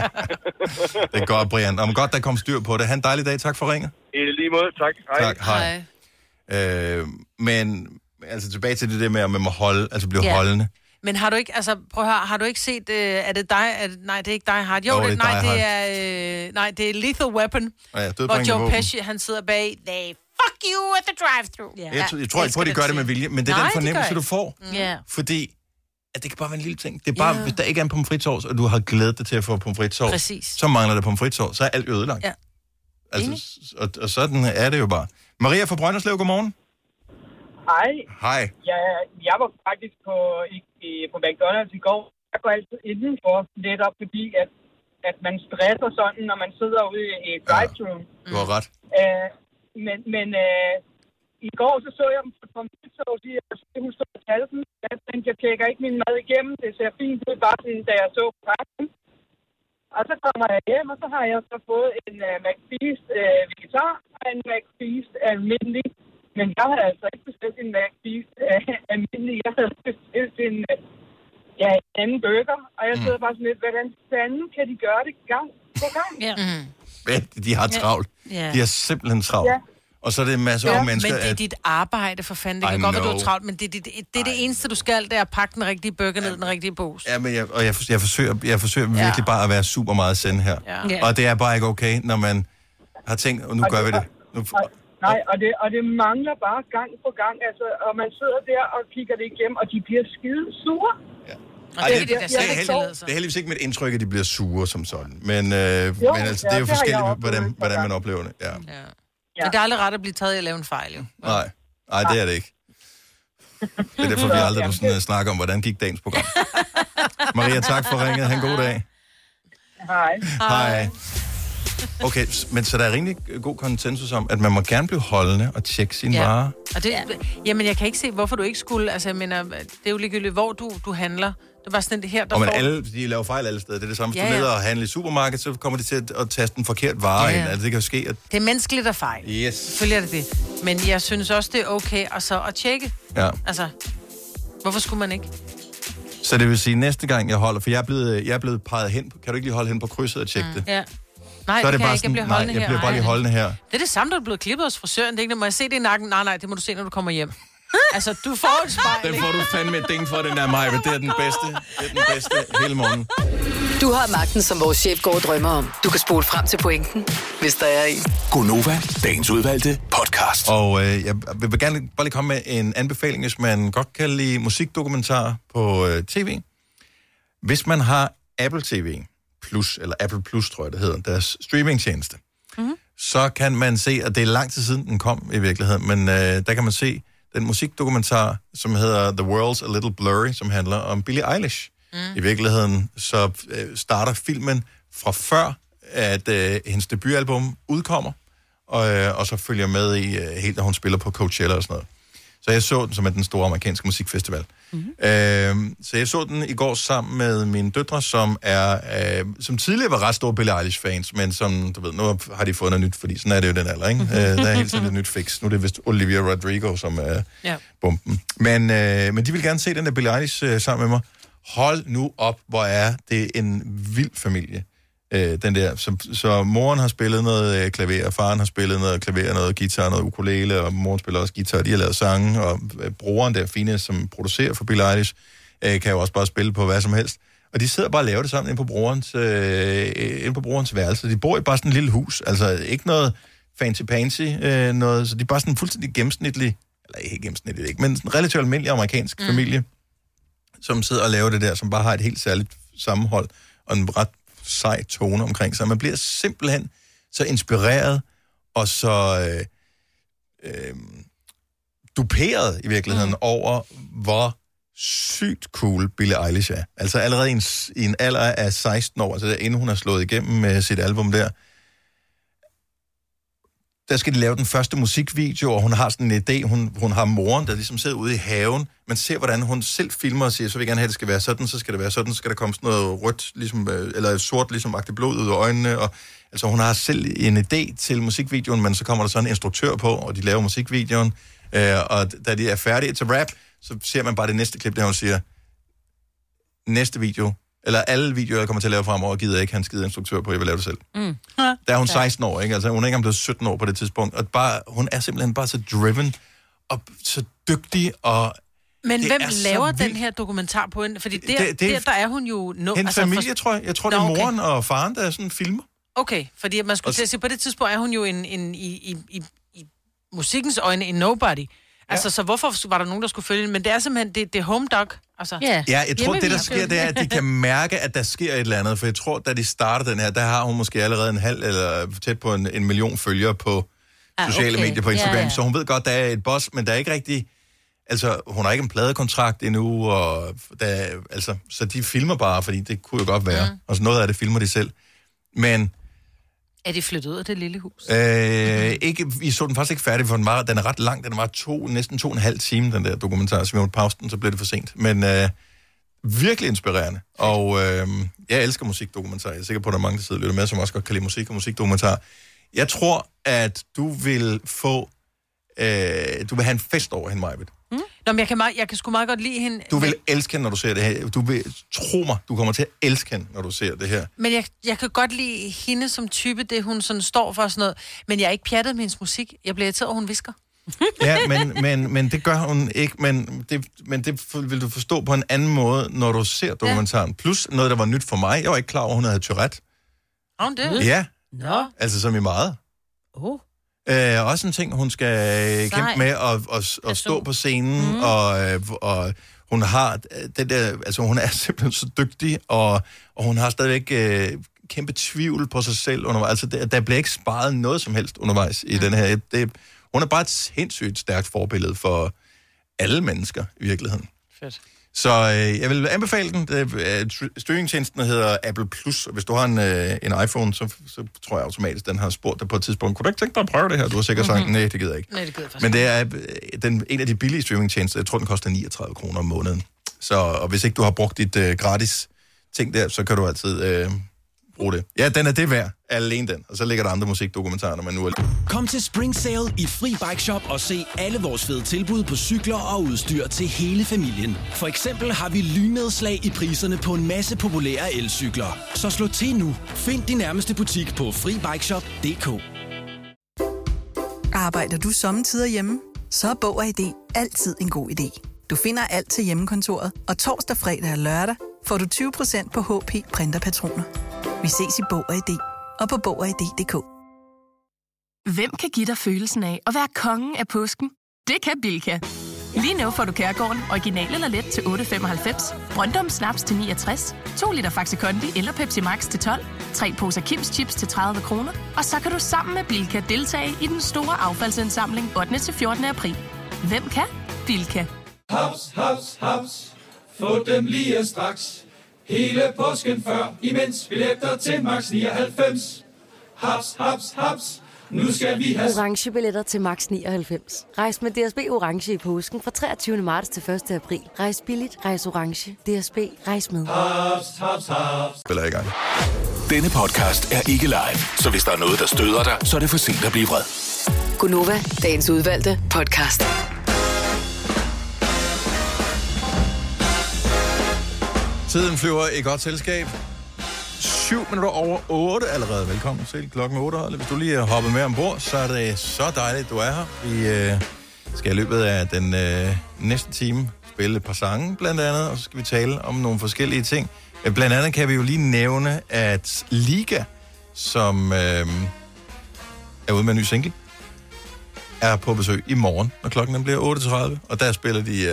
Det er godt, Brian. Om godt, der kom styr på det. Ha' en dejlig dag. Tak for ringet. I lige måde. Tak. Hej. Tak. Hej. Men altså tilbage til det der med, at man må holde, altså blive holdende. Men har du ikke, altså prøv at høre, har du ikke set, er det dig, nej, det er ikke Die Hard. Jo, det er Lethal Weapon, hvor Joe Pesci, han sidder bag, they fuck you at the drive-thru. Yeah. Jeg tror ikke på, at de gør det med vilje, men det er den fornemmelse, du får. Fordi, at det kan bare være en lille ting. Det er bare, hvis der ikke er en pomfritsovs, og du har glædet dig til at få pomfritsovs, så mangler der pomfritsovs, så er alt ødelagt. Ja. Altså, og sådan er det jo bare. Maria fra Brønderslev, godmorgen. Hej. Hej. Ja, jeg var faktisk på McDonald's i går. Jeg går altid indenfor, netop fordi, at man stresser sådan, når man sidder ude i drive-thru. Du har ret. Men i går så jeg dem på pomfritsovs i, og hun stod og talte den. Jeg tænkte, jeg tjekker ikke min mad igennem. Det ser fint ud, bare sådan, da jeg så pakken. Og så kommer jeg hjem, og så har jeg så fået en McFeast vegetar og en McFeast almindelig. Men jeg havde altså ikke bestilt en McFeast almindelig. Jeg havde bestilt en anden burger, og jeg sidder bare sådan lidt, hvordan fanden kan de gøre det gang på gang? Ja. De har travlt. De har simpelthen travlt. Ja. Og så er det en masse unge mennesker. Men det er dit arbejde for fanden. Det kan godt være, du er travlt, men det er det eneste, du skal, det er at pakke den rigtige burger ned i den rigtige pose. Ja, men jeg forsøger virkelig bare at være super meget send her. Ja. Og det er bare ikke okay, når man har tænkt, og nu gør vi det. Nej, og det mangler bare gang på gang, altså, og man sidder der og kigger det igennem, og de bliver skide sure. Ja. Det er heldigvis ikke mit indtryk, at de bliver sure som sådan, men altså, det er jo forskelligt, hvordan man oplever det. Ja. Men det er aldrig ret at blive taget i at lave en fejl, jo. Nej, det er det ikke. Det er derfor, vi aldrig sådan snakker om, hvordan gik dagens program. Maria, tak for ringet. Ha' en god dag. Hej. Okay, men så der er rimelig god konsensus om, at man må gerne blive holdende og tjekke sine varer. Og det, jamen, jeg kan ikke se, hvorfor du ikke skulle. Altså, jeg mener, det er jo ligegyldigt, hvor du handler. Det var sådan det her, der de laver fejl alle steder. Det er det samme. Hvis du ned og handler i supermarkedet, så kommer de til at taste en forkert vare ind. Altså, det kan jo ske. Det er menneskeligt at fejl. Yes. Selvfølgelig er det. Men jeg synes også, det er okay at tjekke. Ja. Altså, hvorfor skulle man ikke? Så det vil sige, næste gang jeg holder, for jeg er blevet peget hen. Kan du ikke lige holde hen på krydset og tjekke det? Ja. Nej, så er det bare bare sådan, jeg bliver bare lige holdende her. Det er det samme, der er blevet klippet hos frisøren. Det er ikke, må jeg se det i nakken? Nej, det må du se, når du kommer hjem. Altså, du får et spejl. Den får du fandme et ding for, den der Maja. Det er den bedste. Det er den bedste hele morgen. Du har magten, som vores chef går og drømmer om. Du kan spole frem til pointen, hvis der er en. Gonova, dagens udvalgte podcast. Og jeg vil gerne bare lige komme med en anbefaling, hvis man godt kan lide musikdokumentarer på tv. Hvis man har Apple TV Plus, eller Apple Plus, tror jeg, det hedder, deres streamingtjeneste, så kan man se, og det er lang tid siden den kom i virkeligheden, men der kan man se den musikdokumentar, som hedder The World's a Little Blurry, som handler om Billie Eilish. I virkeligheden så starter filmen fra før, at hendes debutalbum udkommer, og så følger med i helt, når hun spiller på Coachella og sådan noget. Så jeg så den som den store amerikanske musikfestival. Så jeg så den i går sammen med mine døtre, som som tidligere var ret store Billie Eilish-fans, men som, du ved, nu har de fået noget nyt, fordi sådan er det jo den alder, ikke? Der er hele tiden et nyt fix. Nu er det vist Olivia Rodrigo, som er bomben. Men de vil gerne se den der Billie Eilish sammen med mig. Hold nu op, hvor er det en vild familie. Den der. Så moren har spillet noget klaver, og faren har spillet noget klaver, noget guitar, noget ukulele, og moren spiller også guitar, de har lavet sange, og broren der, Fine, som producerer for Billie Eilish, kan jo også bare spille på hvad som helst. Og de sidder bare og laver det sammen inde på brorens værelse. De bor i bare sådan et lille hus, altså ikke noget fancy-pansy, noget, så de er bare sådan fuldstændig gennemsnitlig, eller ikke gennemsnitligt, ikke, men sådan en relativt almindelig amerikansk familie, som sidder og laver det der, som bare har et helt særligt sammenhold og en ret sej tone omkring sig. Man bliver simpelthen så inspireret og så duperet i virkeligheden over, hvor sygt cool Billie Eilish er. Altså allerede i en alder af 16 år, altså inden hun har slået igennem med sit album der skal de lave den første musikvideo, og hun har sådan en idé. Hun har moren, der ligesom sidder ude i haven. Man ser, hvordan hun selv filmer og siger, så vil jeg gerne have, at det skal være sådan, så skal det være sådan, så skal der komme sådan noget rødt, ligesom, eller sort, ligesom agtigt blod ud af øjnene. Og, altså, hun har selv en idé til musikvideoen, men så kommer der sådan en instruktør på, og de laver musikvideoen. Og da de er færdige til rap, så ser man bare det næste klip, der hun siger, næste video, eller alle videoer, jeg kommer til at lave fremover, gider jeg ikke have en skide instruktør på, jeg vil lave det selv. Der er hun 16 år, ikke? Altså, hun er ikke engang blevet 17 år på det tidspunkt, og hun er simpelthen bare så driven, og så dygtig, og men hvem laver den her dokumentar på hende? Fordi der er hun jo... Hendes familie, tror jeg. Jeg tror, det er moren og faren, der er sådan filmer. Okay, fordi man skulle til at sige, på det tidspunkt er hun jo i musikkens øjne en nobody. Altså, så hvorfor var der nogen, der skulle følge den? Men det er simpelthen, det er home dog. Altså. Ja, jeg tror, det der sker, det er, at de kan mærke, at der sker et eller andet. For jeg tror, da de starter den her, der har hun måske allerede en halv eller tæt på en million følgere på sociale medier på Instagram. Så hun ved godt, der er et boss, men der er ikke rigtig... Altså, hun har ikke en pladekontrakt endnu, og så de filmer bare, fordi det kunne jo godt være. Og så noget af det filmer de selv. Men... Er de flyttet ud af det lille hus? Vi så den faktisk ikke færdig, for den er ret lang. Den var næsten 2,5 time, den der dokumentar. Så vi måtte pause den, så blev det for sent. Men virkelig inspirerende. Og jeg elsker musikdokumentar. Jeg er sikker på, at der er mange, der sidder og lytter med, som også godt kan lide musik og musikdokumentar. Jeg tror, at du vil få... du vil have en fest over hende, Majbet. Nå, men jeg kan sgu meget godt lide hende. Du vil elske hende, når du ser det her. Du vil, tro mig, du kommer til at elske hende, når du ser det her. Men jeg kan godt lide hende som type, det hun sådan står for sådan noget. Men jeg er ikke pjattet med hendes musik. Jeg bliver irriteret, hun visker. Ja, men det gør hun ikke. Men det vil du forstå på en anden måde, når du ser dokumentaren. Plus noget, der var nyt for mig. Jeg var ikke klar over, hun havde Tourette. Har hun det? Ja. Nå. Altså som i meget. Også en ting, hun skal kæmpe med at stå på scenen, og hun har det der, altså hun er simpelthen så dygtig, og hun har stadigvæk kæmpe tvivl på sig selv undervejs. Altså der bliver ikke sparet noget som helst undervejs i den her. Hun er bare et sindssygt stærkt forbillede for alle mennesker i virkeligheden. Fedt. Så jeg vil anbefale den. Streamingtjenesten hedder Apple Plus, og hvis du har en iPhone, så tror jeg automatisk, den har spurgt dig på et tidspunkt. Kunne du ikke tænke dig at prøve det her? Du har sikkert sagt, nej, det gider jeg ikke. Nej, det gider men det er en af de billige streamingtjenester. Jeg tror, den koster 39 kroner om måneden. Og hvis ikke du har brugt dit gratis ting der, så kan du altid bruge det. Ja, den er det værd. Alene den. Og så ligger der andre musikdokumentarer, når man nu er... Kom til Spring Sale i Fri Bike Shop og se alle vores fede tilbud på cykler og udstyr til hele familien. For eksempel har vi lynnedslag i priserne på en masse populære elcykler. Så slå til nu. Find din nærmeste butik på FriBikeShop.dk. Arbejder du sommetider hjemme? Så er Bog og ID altid en god idé. Du finder alt til hjemmekontoret, og torsdag, fredag og lørdag får du 20% på HP printerpatroner. Vi ses i Bog og ID og på Bog og ID.dk. Hvem kan give dig følelsen af at være kongen af påsken? Det kan Bilka! Lige nu får du Kærgården original eller let til 8,95, Brøndum Snaps til 69, 2 liter Faxi Kondi eller Pepsi Max til 12, 3 poser Kims Chips til 30 kroner, og så kan du sammen med Bilka deltage i den store affaldsindsamling 8. til 14. april. Hvem kan? Bilka. Haps, haps, haps. Få dem lige straks. Hele påsken før, imens billetter til max 99. Haps, haps, haps. Nu skal vi have... Orange billetter til max 99. Rejs med DSB Orange i påsken fra 23. marts til 1. april. Rejs billigt, rejs orange. DSB, rejs med. Haps, haps, haps. Spiller i gang. Denne podcast er ikke live, så hvis der er noget, der støder dig, så er det for sent at blive vred. Gunova, dagens udvalgte podcast. Tiden flyver i godt selskab. 7 minutter over 8 allerede. Velkommen til klokken 8. Hvis du lige er hoppet med ombord, så er det så dejligt, du er her. Vi skal i løbet af den næste time spille et par sange, blandt andet, og så skal vi tale om nogle forskellige ting. Blandt andet kan vi jo lige nævne, at Liga, som er ude med en ny single, er på besøg i morgen, når klokken bliver 8.30, og der spiller de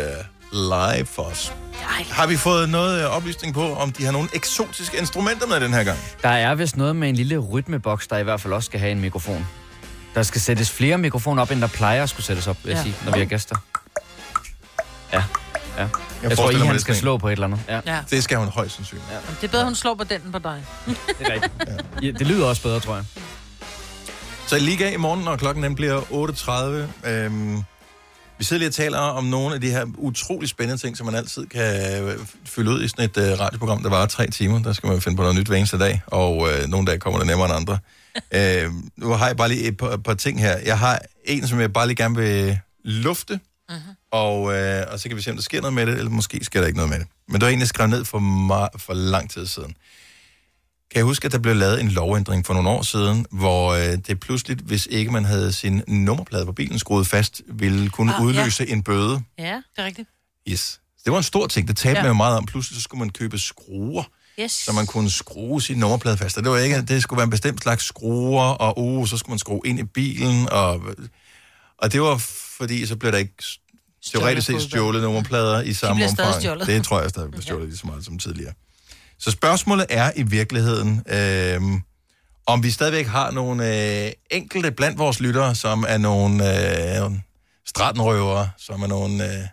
live for os. Har vi fået noget oplysning på, om de har nogle eksotiske instrumenter med den her gang? Der er vist noget med en lille rytmeboks, der i hvert fald også skal have en mikrofon. Der skal sættes flere mikrofoner op, end der plejer at skulle sættes op, vil jeg sige, når vi har gæster. Ja. Jeg tror, han skal slå på et eller andet. Ja. Det skal hun højst sandsynligt. Ja. Det er bedre, hun slår på den på dig. Det er rigtigt. Ja, det lyder også bedre, tror jeg. Så i Liga i morgen, når klokken den bliver 8.30. Vi sidder lige og taler om nogle af de her utrolig spændende ting, som man altid kan fylde ud i sådan et radioprogram, der varer 3 timer. Der skal man jo finde på noget nyt hver eneste dag, og nogle dage kommer det nemmere end andre. Nu har jeg bare lige et par ting her. Jeg har en, som jeg bare lige gerne vil lufte, og så kan vi se, om der sker noget med det, eller måske sker der ikke noget med det. Men det var egentlig skrevet ned for lang tid siden. Kan jeg huske, at der blev lavet en lovændring for nogle år siden, hvor det pludselig, hvis ikke man havde sin nummerplade på bilen skruet fast, ville kunne udløse en bøde. Ja, det er rigtigt. Yes. Det var en stor ting, det talte man jo meget om. Pludselig så skulle man købe skruer, så man kunne skrue sin nummerplade fast. Og det var ikke, at det skulle være en bestemt slags skruer, og så skulle man skrue ind i bilen. Og det var fordi, så blev der ikke teoretisk set stjålet nummerplader i samme omfang. Det tror jeg stadig bliver stjålet lige så meget som tidligere. Så spørgsmålet er i virkeligheden, om vi stadigvæk har nogle enkelte blandt vores lyttere, som er nogle stratenrøvere, som er nogle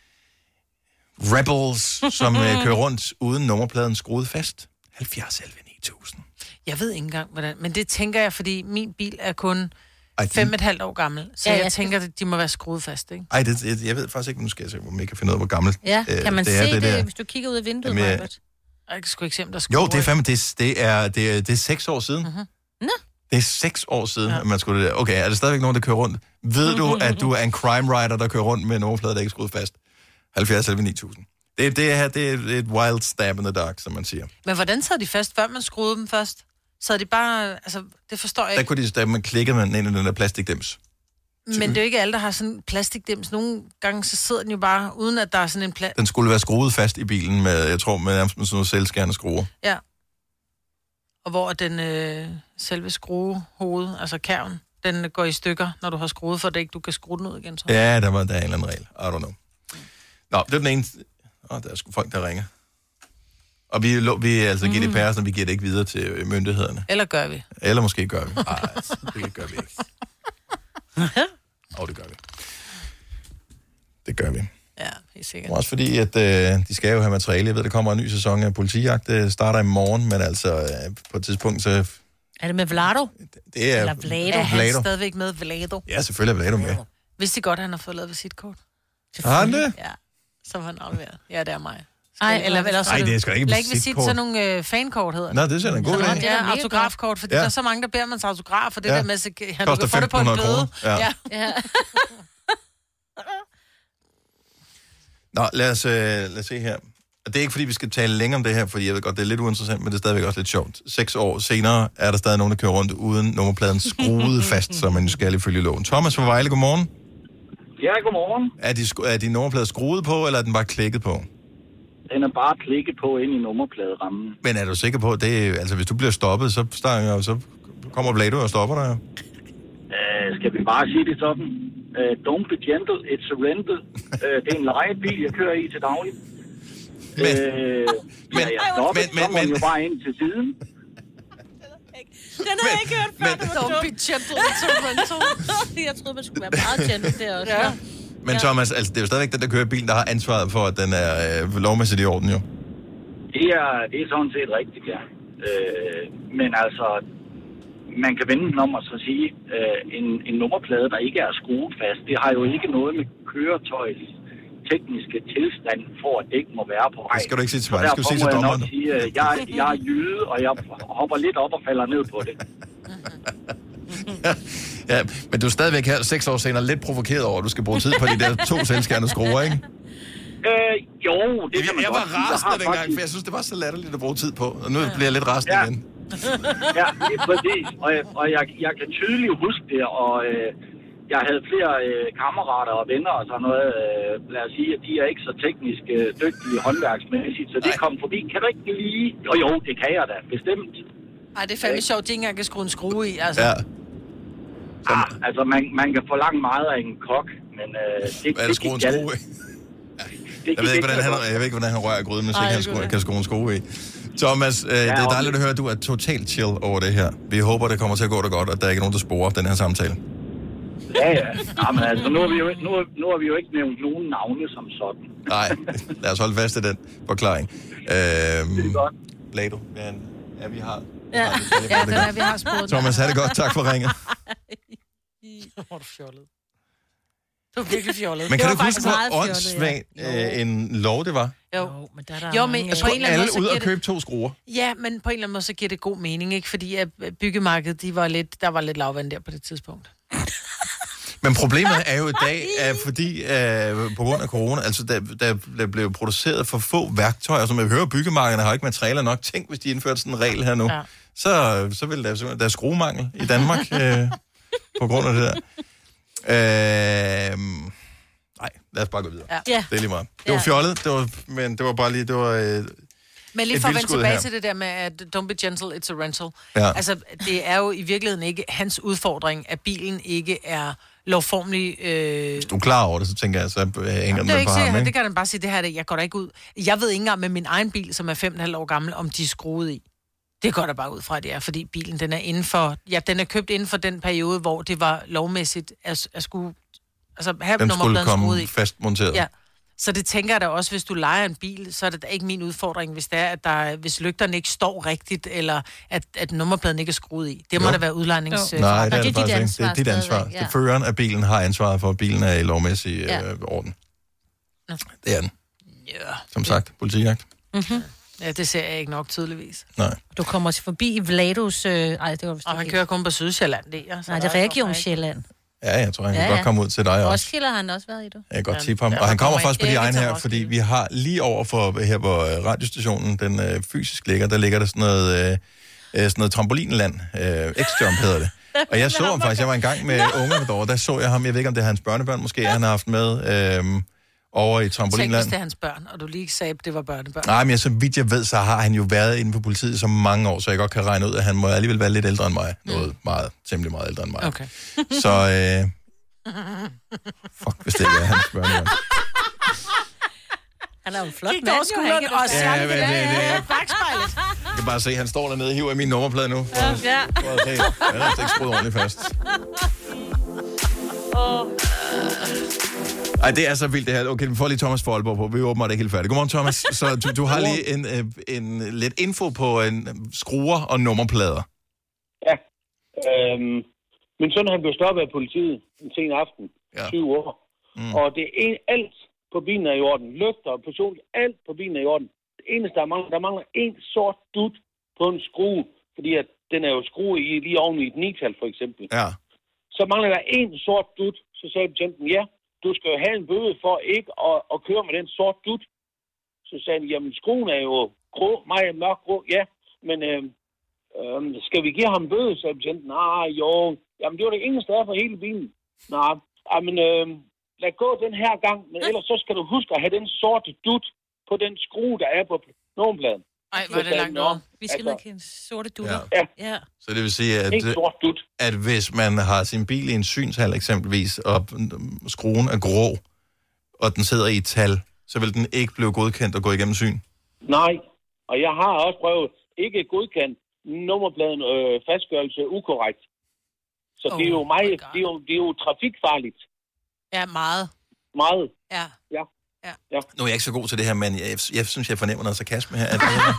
rebels, som kører rundt uden nummerpladen skruet fast. 70-11-9000. Jeg ved ikke engang, hvordan. Men det tænker jeg, fordi min bil er kun 5,5 år gammel. Så jeg tænker, at de må være skruet fast, ikke? Ej, jeg ved faktisk ikke, nu skal jeg se, om jeg kan finde ud af, hvor gammelt kan man se det, hvis du kigger ud af vinduet, Robert? Jeg kan sgu ikke se, om der skruer. Jo, det er fandme, det er 6 år siden. Nå. Det er 6 år siden, at man skulle det der. Okay, er der stadigvæk nogen, der kører rundt? Ved du, at du er en crime writer, der kører rundt med en nummerplade, der ikke er skruet fast? 70-9000. Det er et wild stab in the dark, som man siger. Men hvordan sad de fast, før man skruede dem først? Så det bare, altså, det forstår jeg ikke. Der kunne man klikke med ind i den der plastikdims. Men det er jo ikke alle, der har sådan en plastikdims. Nogle gange så sidder den jo bare, uden at der er sådan en Den skulle være skruet fast i bilen med, jeg tror, med nærmest med sådan nogle selvskærende skruer. Ja. Og hvor den selve skruehoved, altså kærven, den går i stykker, når du har skruet, for det ikke du kan skrue den ud igen, tror Ja, jeg. der er en eller anden regel. I don't know. Nå, det er den ene. Der er sgu folk, der ringer. Og vi er altså GDPR, så vi giver det ikke videre til myndighederne. Eller gør vi. Eller måske gør vi. Nej, det gør vi ikke. Det gør vi. Det gør vi. Ja, helt sikkert. Også fordi, at de skal jo have materiale. Jeg ved, der kommer en ny sæson af Politijagt. Det starter i morgen, men altså på et tidspunkt, så... Er det med Vlado? Det er Eller Vlado. Er han stadigvæk med Vlado? Ja, selvfølgelig er Vlado med. Vidste I godt, at han har fået lavet visitkort? Har han det? Ja, som han afleverer. Ja, det er mig. Ej, det er sgu ikke visitkort. Sådan nogle fankort hedder det. Nå, det er sådan en god idé. Ja, autografkort, fordi der er så mange, der beder man autograf, for det der med, at du kan få det på en bøde. Ja. Nå, lad os se her. Det er ikke, fordi vi skal tale længere om det her, fordi jeg ved godt, det er lidt uinteressant, men det er stadigvæk også lidt sjovt. 6 år senere er der stadig nogen, der kører rundt uden nummerpladen skruet fast, så man skal ifølge loven. Thomas fra Vejle, godmorgen. Ja, godmorgen. Er de nummerplader skruet på, eller er den bare klikket på? Den er bare klikket på ind i nummerpladerammen. Men er du sikker på, at det altså hvis du bliver stoppet, så kommer Vlado og stopper dig? Skal vi bare sige det sådan? Don't be gentle, it's a rental. Det er en lejebil, jeg kører i til daglig. Men jeg stopper, så kommer jo bare ind til siden. Den har jeg ikke hørt før. Don't be gentle, it's a rental. Jeg troede, man skulle være meget gentle der også. Ja. Men Thomas, altså, det er jo stadigvæk den, der kører bilen, der har ansvaret for, at den er lovmæssigt i orden, jo. Det er sådan set rigtigt, ja. Men altså, man kan vende den om og så sige, en nummerplade, der ikke er skruet fast, det har jo ikke noget med køretøjets tekniske tilstand for, at det ikke må være på vej. Det skal du ikke sige til mig. Det skal du sige til dommeren. Jeg er jyde, og jeg hopper lidt op og falder ned på det. Ja, men du er stadigvæk her 6 år senere lidt provokeret over, at du skal bruge tid på de der 2 selvskærende skruer, ikke? Jo, det kan man jeg var rasende dengang, for jeg synes, det var så latterligt at bruge tid på. Og nu bliver jeg lidt rasende igen. Ja, det er præcis. Og jeg kan tydeligt huske det, og jeg havde flere kammerater og venner og sådan noget. Lad os sige, at de er ikke så teknisk dygtige håndværksmæssigt, så det kom forbi. Kan du ikke lige? Jo, det kan jeg da, bestemt. Ej, det er fandme sjovt, at de ikke engang kan skrue en skrue i, altså. Ja. Altså, man kan forlange meget af en kok, men det er det skrue en skrue i? Jeg ved ikke, hvordan han rører gryden, hvis ikke han kan skrue en sko i. Thomas, det er dejligt at høre, at du er totalt chill over det her. Vi håber, det kommer til at gå dig godt, og der er ikke nogen, der sporer den her samtale. Ja. Jamen, altså, nu har vi jo ikke nævnt nogen navne som sådan. Nej, lad os holde fast i den forklaring. Det er godt. Lado, ja, vi har... Ja, den er, vi har sporet. Thomas, ha' det godt. Tak for ringet. Hvor er du fjollet. Du er virkelig fjollet. Men kan du huske, hvor åndssvagt en lov det var? Men der men jeg skulle alle ud og købe 2 skruer. Ja, men på en eller anden måde, så giver det god mening, ikke? Fordi at byggemarkedet, der var lidt lavvand der på det tidspunkt. Men problemet er jo i dag, fordi på grund af corona, altså der blev produceret for få værktøjer, som jeg hører, byggemarkederne har ikke materialer nok. Tænk, hvis de indførte sådan en regel her nu. Ja. Så ville der er skruemangel i Danmark på grund af det der. Nej, lad os bare gå videre. Ja. Det er lige meget. Det var fjollet, men det var bare lige... Men lige for at vende tilbage til det der med, at don't be gentle, it's a rental. Ja. Altså, det er jo i virkeligheden ikke hans udfordring, at bilen ikke er lovformelig... Hvis du er klar over det, så tænker jeg, så hænger den med på ham, ikke? Det kan den bare sige, det her, jeg går da ikke ud. Jeg ved ikke engang med min egen bil, som er 5,5 år gammel, om de er skruet i. Det går der bare ud fra, at det er, fordi bilen, den er inden for... Ja, den er købt inden for den periode, hvor det var lovmæssigt at skulle... Altså, have nummerpladen skruet i. Den skulle komme fastmonteret. Ja. Så det tænker jeg da også, hvis du lejer en bil, så er det da ikke min udfordring, hvis det er, at hvis lygterne ikke står rigtigt, eller at nummerpladen ikke er skruet i. Det må da være udlejnings... Nej, det er det faktisk ikke. Det er dit ansvar. Ja. Det føreren af bilen har ansvaret for, at bilen er i lovmæssig orden. Nå. Det er den. Ja. Som sagt, politijagt. Mm-hmm. Ja, det ser jeg ikke nok tydeligvis. Nej. Du kommer også forbi Vlados... det var og han kører kun på Sydsjælland, det er. Nej, det er Region Sjælland. Ja, jeg tror, han kan godt komme ud til dig også. Roskilde har han også været i, du. Jeg kan godt tippe ham. Og han kommer faktisk på de egne her, fordi vi har lige over for her, hvor radiostationen den fysisk ligger, der ligger der sådan noget trampolinland. X-jump hedder det. Og jeg så ham faktisk, jeg var engang med ungerne derovre, der så jeg ham, jeg ved ikke, om det er hans børnebørn, måske han har haft med over i trampolinland. Tænk, hvis det er hans børn, og du lige sagde, at det var børnebørn. Nej, men så vidt jeg ved, så har han jo været inde på politiet så mange år, så jeg godt kan regne ud, at han må alligevel være lidt ældre end mig. Temmelig meget ældre end mig. Okay. Så, fuck, hvis det ikke er hans børnebørn. Han er jo en flot mand, og særligt det der bagspejlet. Jeg kan bare se, at han står dernede og hiver i min nummerplade nu. Ja. Han er ikke skruet ordentligt fast. Ej, det er så vildt det her. Okay, vi får lige Thomas for Aalborg på. Vi åbner det ikke helt færdigt. Godmorgen, Thomas. Så du har lige en lidt info på skruer og nummerplader. Ja. Min søn han blev stoppet af politiet en sen aften. 20 år. Og det er alt på bilen er i orden. Lygter, personligt, alt på bilen er i orden. Det eneste, der mangler en sort dut på en skrue, fordi at den er jo skruet i lige oven i et 9-tal, for eksempel. Ja. Så mangler der en sort dut, så sagde betjenten, ja, du skal jo have en bøde for ikke at køre med den sort dut. Så sagde han, jamen skruen er jo grå, meget mørk grå, ja, men skal vi give ham en bøde, sagde betjenten, jo, jamen det var det eneste der for hele bilen. Men lad gå den her gang, men ellers så skal du huske at have den sorte dut på den skrue, der er på nummerpladen. Ej, hvor er det langt over. Vi skal nok have en sorte dutter. Ja. Så det vil sige, at hvis man har sin bil i en synshal eksempelvis, og skruen er grå, og den sidder i et tal, så vil den ikke blive godkendt og gå igennem syn? Nej, og jeg har også prøvet ikke godkendt nummerpladen fastgørelse ukorrekt. Så det er jo det er jo trafikfarligt. Ja, meget. Meget. Ja. Nu er jeg ikke så god til det her, men jeg synes, jeg fornemmer noget sarkasme her.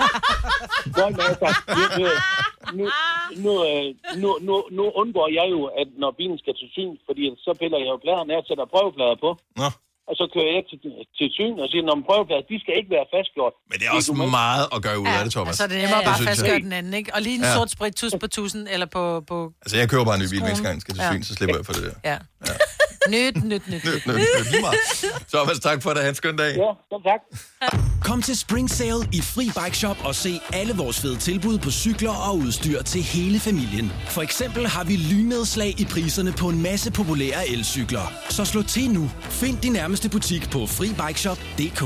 Nu undgår jeg jo, at når bilen skal til syn, fordi så piller jeg jo pladerne af og sætter prøveplader på. Nå. Og så kører jeg til syn og siger, når prøveplader, de skal ikke være fastgjort. Men det er også meget at gøre ud af det, Thomas. Altså det er nemmere bare fastgøre den anden, ikke? Og lige en sort sprittus på 1000 eller på... Altså jeg kører bare en ny bil, næste gang skal til syn, så slipper jeg for det der. Ja. Nyt. Lige meget. Thomas, tak for det. Ha' en skøn dag. Ja, tak. Kom til Spring Sale i Fri Bike Shop og se alle vores fede tilbud på cykler og udstyr til hele familien. For eksempel har vi lynnedslag i priserne på en masse populære elcykler. Så slå til nu. Find din nærmeste butik på FriBikeShop.dk.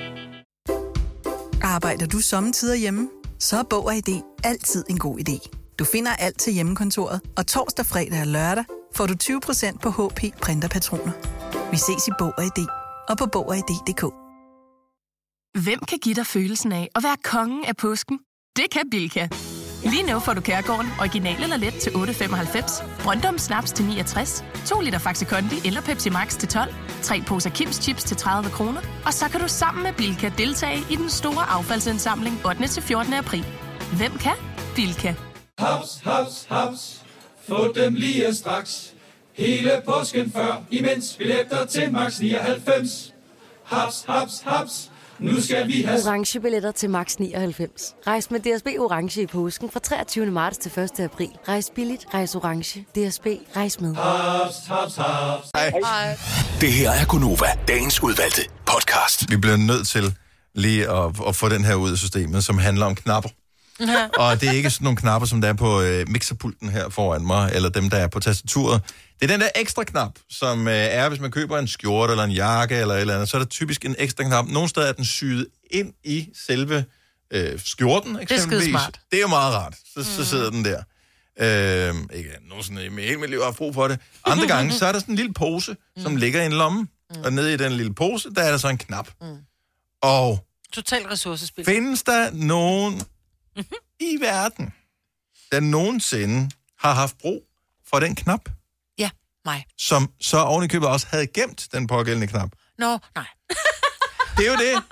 Arbejder du sommetider hjemme? Så er Bog og ID altid en god idé. Du finder alt til hjemmekontoret, og torsdag, fredag og lørdag får du 20% på HP printerpatroner. Vi ses i Bog og ID og på Bog og ID.dk. Hvem kan give dig følelsen af at være kongen af påsken? Det kan Bilka. Lige nu får du Kærgården original eller let til 8,95, Brøndum Snaps til 69, 2 liter Faxi Kondi eller Pepsi Max til 12, 3 poser Kims Chips til 30 kroner, og så kan du sammen med Bilka deltage i den store affaldsindsamling 8. til 14. april. Hvem kan? Bilka. Haps, haps, haps. Få dem lige straks. Hele påsken før, imens billetter til max 99. Haps, haps, haps. Nu skal vi have orange billetter til max 99. Rejs med DSB Orange i påsken fra 23. marts til 1. april. Rejs billigt, rejs orange. DSB, rejs med. Haps, haps, haps. Hej. Det her er Gonova, dagens udvalgte podcast. Vi bliver nødt til lige at få den her ud af systemet, som handler om knapper. Og det er ikke sådan nogle knapper, som der er på mixerpulten her foran mig, eller dem, der er på tastaturet. Det er den der ekstra knap, som er, hvis man køber en skjorte eller en jakke eller et eller andet, så er der typisk en ekstra knap. Nogle steder er den syet ind i selve skjorten, eksempelvis. Det er smart. Det er jo meget rart. Så sidder den der. Ikke nogensinde med hele mit liv har brug for det. Andre gange, så er der sådan en lille pose, som ligger i en lomme, og nede i den lille pose, der er der så en knap. Og total ressourcespil. Findes der nogen i verden, der nogensinde har haft brug for den knap? Ja, mig. Som så ovenikøbet også havde gemt den pågældende knap? Nå, nej. Det er jo det.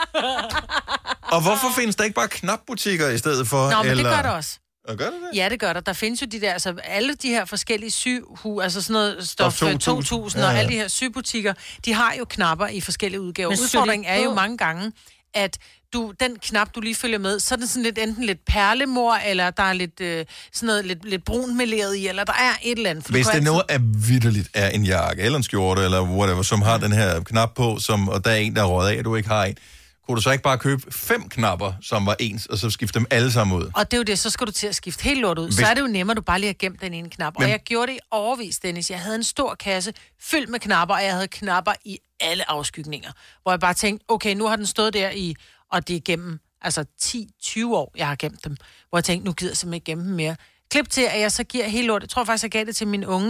Og hvorfor findes der ikke bare knapbutikker i stedet for? Nå, men det gør der også. Og gør det det? Ja, det gør der. Der findes jo de der, altså alle de her forskellige altså sådan noget Stof 2000 og alle de her sybutikker, de har jo knapper i forskellige udgaver. Udfordringen er jo mange gange, at den knap, du lige følger med, så er det sådan lidt enten lidt perlemor, eller der er lidt sådan noget lidt brun meleret i, eller der er et eller andet. Hvis det noget er vitterligt er en jakke, eller en skjorte, eller whatever, som har den her knap på, og der er en, der er røget af, og du ikke har en, kunne du så ikke bare købe 5 knapper, som var ens, og så skifte dem alle sammen ud? Og det er jo det, så skal du til at skifte helt lort ud. Så er det jo nemmere, at du bare lige har gemt den ene knap. Og jeg gjorde det i overvis, Dennis. Jeg havde en stor kasse fyldt med knapper, og jeg havde knapper i alle afskygninger. Hvor jeg bare tænkte, okay, nu har den stået der i, og det er gennem, altså 10-20 år, jeg har gemt dem. Hvor jeg tænkte, nu gider jeg simpelthen ikke gemme dem mere. Klip til, at jeg så giver helt lort. Jeg tror faktisk, jeg gav det til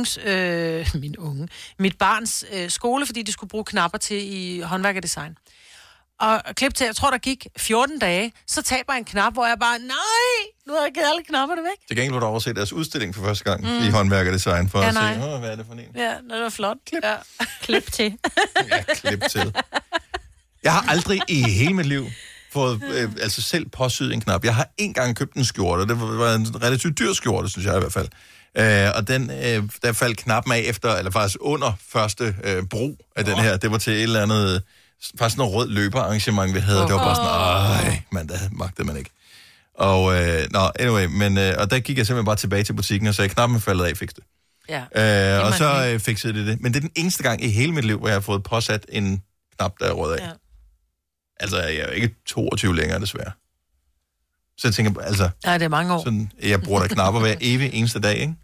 mit barns skole, fordi de skulle bruge knapper til i håndværkerdesign. Og klip til, jeg tror, der gik 14 dage, så taber jeg en knap, hvor jeg bare, nej, nu har jeg givet alle knapperne væk. Til gengæld var du overset deres udstilling for første gang i håndværkerdesign, for at se, hvad er det for en? Ja, det var flot. Klip. Ja. Klip til. Ja, klip til. Jeg har aldrig i hele mit liv fået altså selv påsyet en knap. Jeg har engang købt en skjorte, det var en relativt dyr skjorte, synes jeg i hvert fald. Og den, der faldt knappen af efter, eller faktisk under første brug af den her. Det var til et eller andet, faktisk noget rød løberarrangement, vi havde. Det var bare sådan, man, der magtede man ikke. Og, anyway, men, og der gik jeg simpelthen bare tilbage til butikken og sagde, knappen faldet af, fik det. Ja. Og så fikset det. Men det er den eneste gang i hele mit liv, hvor jeg har fået påsat en knap, der er rød af. Ja. Altså, jeg er jo ikke 22 længere, desværre. Så jeg tænker, altså... Ja, det er mange år. Sådan, jeg bruger da knapper hver evig eneste dag, ikke?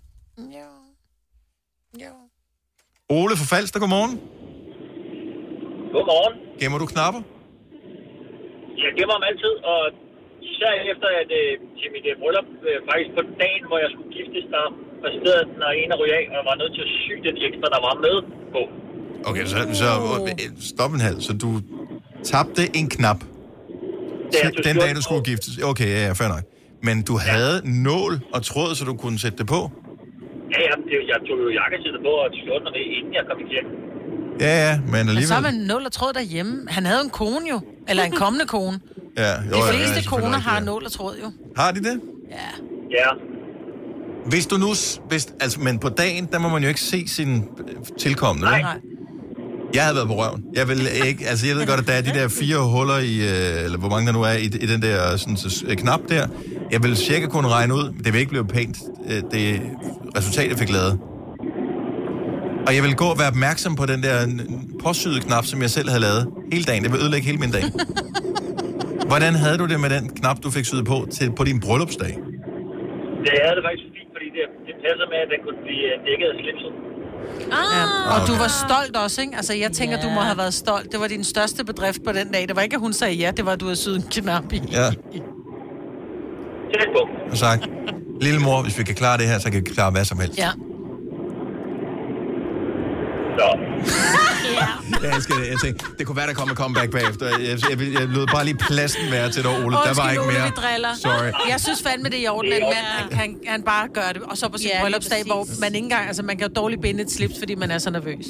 Jo. Ole fra Falster, godmorgen. Godmorgen. Gemmer du knapper? Jeg gemmer dem altid, og især efter at til mit bryllup, faktisk på dagen, hvor jeg skulle giftes, der præsterede den og en af ryge af, og jeg var nødt til at sy den ekstra, der var med på. Okay, så stop en halv. Så du tabte en knap den dag, du skulle giftes. Okay, ja, fair nok. Men du havde nål og tråd, så du kunne sætte det på? Ja, jeg tog jo jakkesættet på og skjorten med, inden jeg kom i kirken. Ja, men alligevel... Men så har man nål og tråd derhjemme. Han havde en kone jo. Eller en kommende kone. Ja, de fleste koner har nål og tråd jo. Har de det? Ja. Hvis du nu... altså, men på dagen, der må man jo ikke se sin tilkommende. Nej. Jeg havde været på røven. Jeg vil ikke... Altså, jeg ved godt, at der er de der 4 huller i... Eller hvor mange der nu er i den der sådan, knap der. Jeg vil cirka kunne regne ud. Det vil ikke blive pænt. Det resultat, jeg fik lavet. Og jeg vil gå og være opmærksom på den der påsyede knap, som jeg selv havde lavet hele dagen. Det vil ødelægge hele min dag. Hvordan havde du det med den knap, du fik syet på din bryllupsdag? Det havde det faktisk fint, fordi det passer med, at den kunne blive dækket af slipset. Og du var stolt også, ikke? Altså, jeg tænker, du må have været stolt. Det var din største bedrift på den dag. Det var ikke, at hun sagde ja, det var, at du havde syet en knap i. Ja. Tæt på. Og sagt, lille mor, hvis vi kan klare det her, så kan vi klare hvad som helst. Ja. Så. Jeg elsker det. Jeg tænkte, det kunne være, der kom et comeback bagefter. Jeg lød bare lige pladsen være til dig, Ole. Der var ikke mere. Sorry. Jeg synes fandme, det er i orden, at mand, han bare gør det. Og så på sin bryllupsdag, hvor man ikke engang... Altså, man kan jo dårligt binde et slips, fordi man er så nervøs.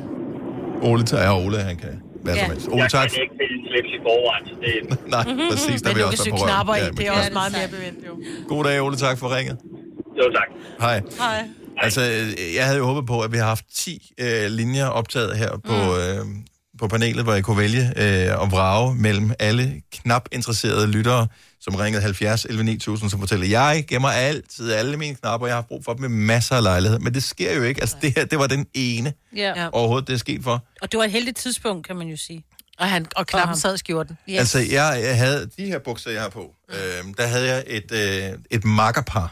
Ole tager Ole, han kan være som helst. Ole, tak. Jeg kan ikke pille slips i forvejen, så det... Nej, præcis, der vil jeg også være på røven. Knapper i, det er også meget mere bevendt, jo. God dag, Ole. Tak for ringet. Jo, tak. Hej. Hej. Altså, jeg havde jo håbet på, at vi har haft 10 linjer optaget her på panelet, hvor jeg kunne vælge og vrage mellem alle knap interesserede lyttere, som ringede 70 11 9000, som fortæller, jeg gemmer altid alle mine knapper, jeg har brug for dem med masser af lejlighed. Men det sker jo ikke. Altså, det her, det var den ene overhovedet, det er sket for. Og det var et heldigt tidspunkt, kan man jo sige. Og knappen sad i skjorten. Yes. Altså, jeg havde de her bukser, jeg har på, der havde jeg et makkerpar,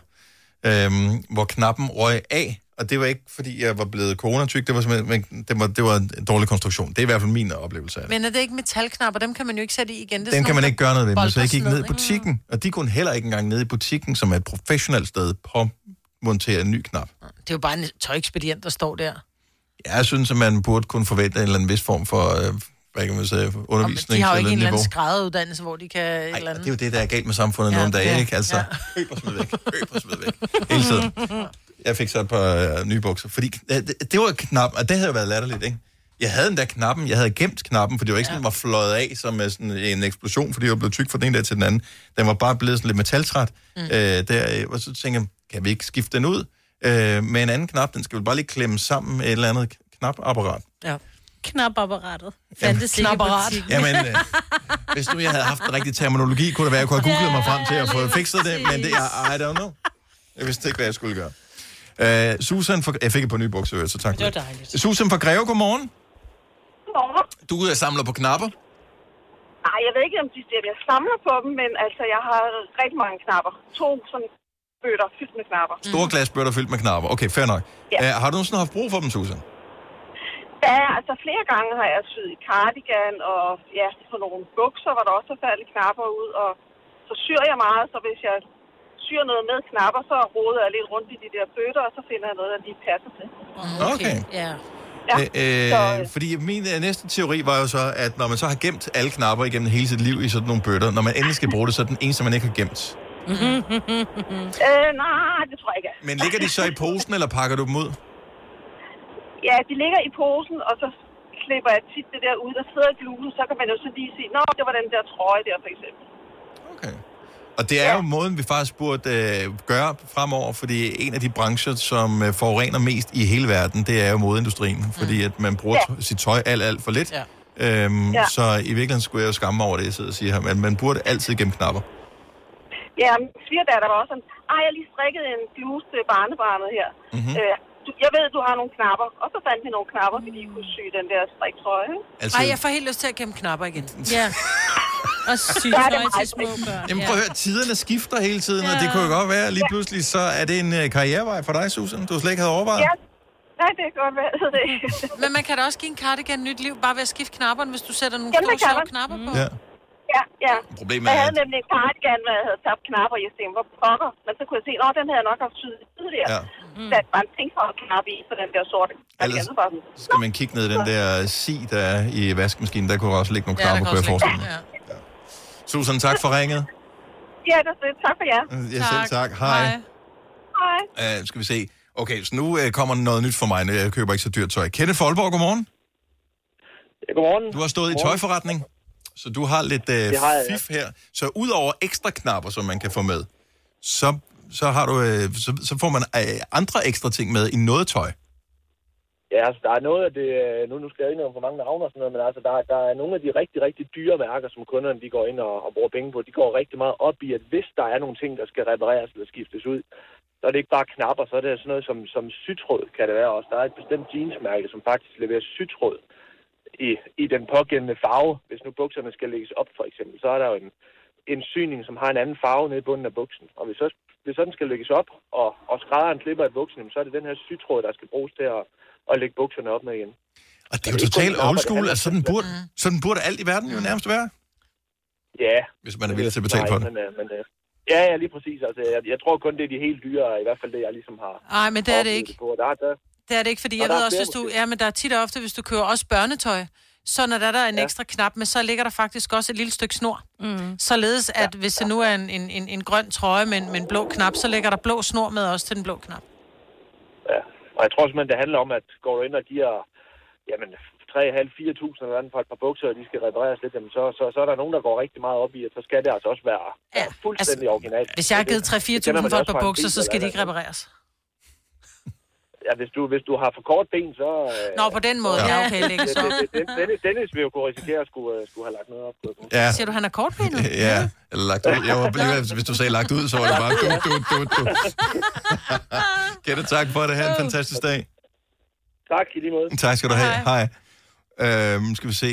hvor knappen røg af, og det var ikke, fordi jeg var blevet coronatyk, det var simpelthen, det var en dårlig konstruktion. Det er i hvert fald min oplevelse af det. Men er det ikke metalknapper? Dem kan man jo ikke sætte i igen. Dem kan man ikke gøre noget ved, så jeg gik ned i butikken, og de kunne heller ikke engang ned i butikken, som er et professionelt sted, påmontere en ny knap. Det er jo bare en tøjekspedient, der står der. Jeg synes, at man burde kunne forvente en eller anden vis form for... hvad kan man sige, undervisning. De har jo ikke en eller anden skrædderuddannelse, hvor de kan... Ej, det er jo det, der er galt med samfundet nogle dage, ikke? Altså, køb og smid væk. Hele tiden. Jeg fik så et par nye bukser, fordi det var knappen, og det havde jo været latterligt, ikke? Jeg havde den der knappen, jeg havde gemt knappen, for det var ikke sådan, den var fløjet af som sådan en eksplosion, fordi jeg var blevet tyk fra den ene dag til den anden. Den var bare blevet sådan lidt metaltræt. Og så tænkte jeg, kan vi ikke skifte den ud med en anden knap? Den skal vel bare lige klemme sammen med et eller andet knapapparat. Ja. Knapapparatet. Fandtes ikke i butikken. Jamen, hvis nu jeg havde haft den rigtige terminologi, kunne det være, at jeg kunne have googlet mig frem til at få fikset det, men det er, I don't know. Jeg vidste ikke, hvad jeg skulle gøre. Susan fra... Jeg fik et par nye bukser, så tak. Det var dejligt. Susan fra Greve, godmorgen. Godmorgen. Du samler på knapper? Nej, jeg ved ikke, om jeg samler på dem, men altså, jeg har rigtig mange knapper. 2 sådan bøtter fyldt med knapper. Store glasbøtter fyldt med knapper. Okay, fair nok. Ja. Har du nogensinde haft brug for dem, Susan? Ja, altså flere gange har jeg syet i cardigan, og ja, på nogle bukser, hvor der også er faldet knapper ud, og så syr jeg meget, så hvis jeg syr noget med knapper, så roder jeg lidt rundt i de der bøtter, og så finder jeg noget, der lige passer til. Okay. Ja. Fordi min næste teori var jo så, at når man så har gemt alle knapper igennem hele sit liv i sådan nogle bøtter, når man endelig skal bruge det, så er den eneste, man ikke har gemt. Nej, det tror jeg ikke. Men ligger de så i posen, eller pakker du dem ud? Ja, de ligger i posen, og så klipper jeg tit det der ud, der sidder i blusen, så kan man jo så lige sige, nå, det var den der trøje der, for eksempel. Okay. Og det er jo måden, vi faktisk burde gøre fremover, fordi en af de brancher, som forurener mest i hele verden, det er jo modeindustrien, fordi at man bruger sit tøj alt for lidt. Ja. Så i virkeligheden skulle jeg jo skamme mig over det, jeg sidder og siger her, men man burde altid gemme knapper. Ja, min svigerdatter var også sådan, jeg lige strikket en bluse til barnebarnet her. Jeg ved, du har nogle knapper. Og så fandt vi nogle knapper, fordi I kunne sy den der striktrøje. Altså... Ej, jeg får helt lyst til at gemme knapper igen. Ja. Og sy tøj til små børn. Jamen prøv at høre, tiderne skifter hele tiden, og det kunne jo godt være, lige pludselig, så er det en karrierevej for dig, Susan, du slet ikke havde overvejet. Ja. Nej, det kan godt være, det. Men man kan da også give en cardigan nyt liv, bare ved at skifte knapperne, hvis du sætter nogle store sjove knapper på. Ja. Problemet jeg havde nemlig en cardigan, hvor jeg havde tabt knapper, og jeg tænkte, hvor pokker. Men så kunne jeg se, den havde jeg nok haft syet tidligere. Ja. Der er bare en ting for at knappe i på den der sorte. Ellers skal man kigge ned i den der der er i vaskemaskinen. Der kunne også ligge nogle knapper, kunne jeg forestille mig. Ja. Susan, tak for ringet. Ja, det er det. Tak for jer. Ja, selv tak. Hej. Hej. Skal vi se. Okay, så nu kommer noget nyt for mig. Jeg køber ikke så dyrt tøj. Kenneth Folborg, godmorgen. Ja, godmorgen. Du har stået i tøjforretning. Så du har lidt fif her. Så udover ekstra knapper, som man kan få med, så har du så får man andre ekstra ting med i noget tøj. Ja, altså der er noget af det, nu skal jeg ikke nævne for mange navne og sådan noget, men altså der er nogle af de rigtig, rigtig dyre mærker, som kunderne de går ind og bruger penge på. De går rigtig meget op i, at hvis der er nogle ting, der skal repareres eller skiftes ud, så er det ikke bare knapper, så er det sådan noget som sytråd, kan det være også. Der er et bestemt jeansmærke, som faktisk leverer sytråd i den pågældende farve. Hvis nu bukserne skal lægges op, for eksempel, så er der jo en syning, som har en anden farve nede i bunden af buksen. Og hvis sådan skal lægges op, og skrædderen klipper et buksen, så er det den her sytråd, der skal bruges til at lægge bukserne op med igen. Og det er jo totalt old school. Altså, sådan burde alt i verden jo nærmest være. Ja. Hvis man er villig til at betale for det. Ja, lige præcis. Altså, jeg tror kun, det er de helt dyre, i hvert fald det, jeg ligesom har... Nej, men det er det ikke. Det er det ikke, fordi jeg ved også, hvis du... Ja, men der er tit og ofte, hvis du køber også børnetøj, så når der er en ekstra knap med, så ligger der faktisk også et lille stykke snor. Således at hvis det nu er en grøn trøje med en blå knap, så ligger der blå snor med også til den blå knap. Ja, og jeg tror simpelthen, det handler om, at går du ind og giver 3.500-4.000 eller andet for et par bukser, og de skal repareres lidt, jamen så er der nogen, der går rigtig meget op i, at så skal det altså også være fuldstændig originalt. Hvis jeg har givet 3-4.000 for et par bukser, så skal de ikke repareres. Ja, hvis du har for kort ben, så... Nå, på den måde. Ja, okay, længe så. Dennis vil jo kunne risikere at skulle have lagt noget op. Ja. Siger du, han er kortbenet? Ja, eller lagt ud. Jeg var lige, hvis du sagde lagt ud, så var det bare du. Kette, tak for det. Ha' en fantastisk dag. Tak, i lige måde. Tak skal du have. Hej. Skal vi se...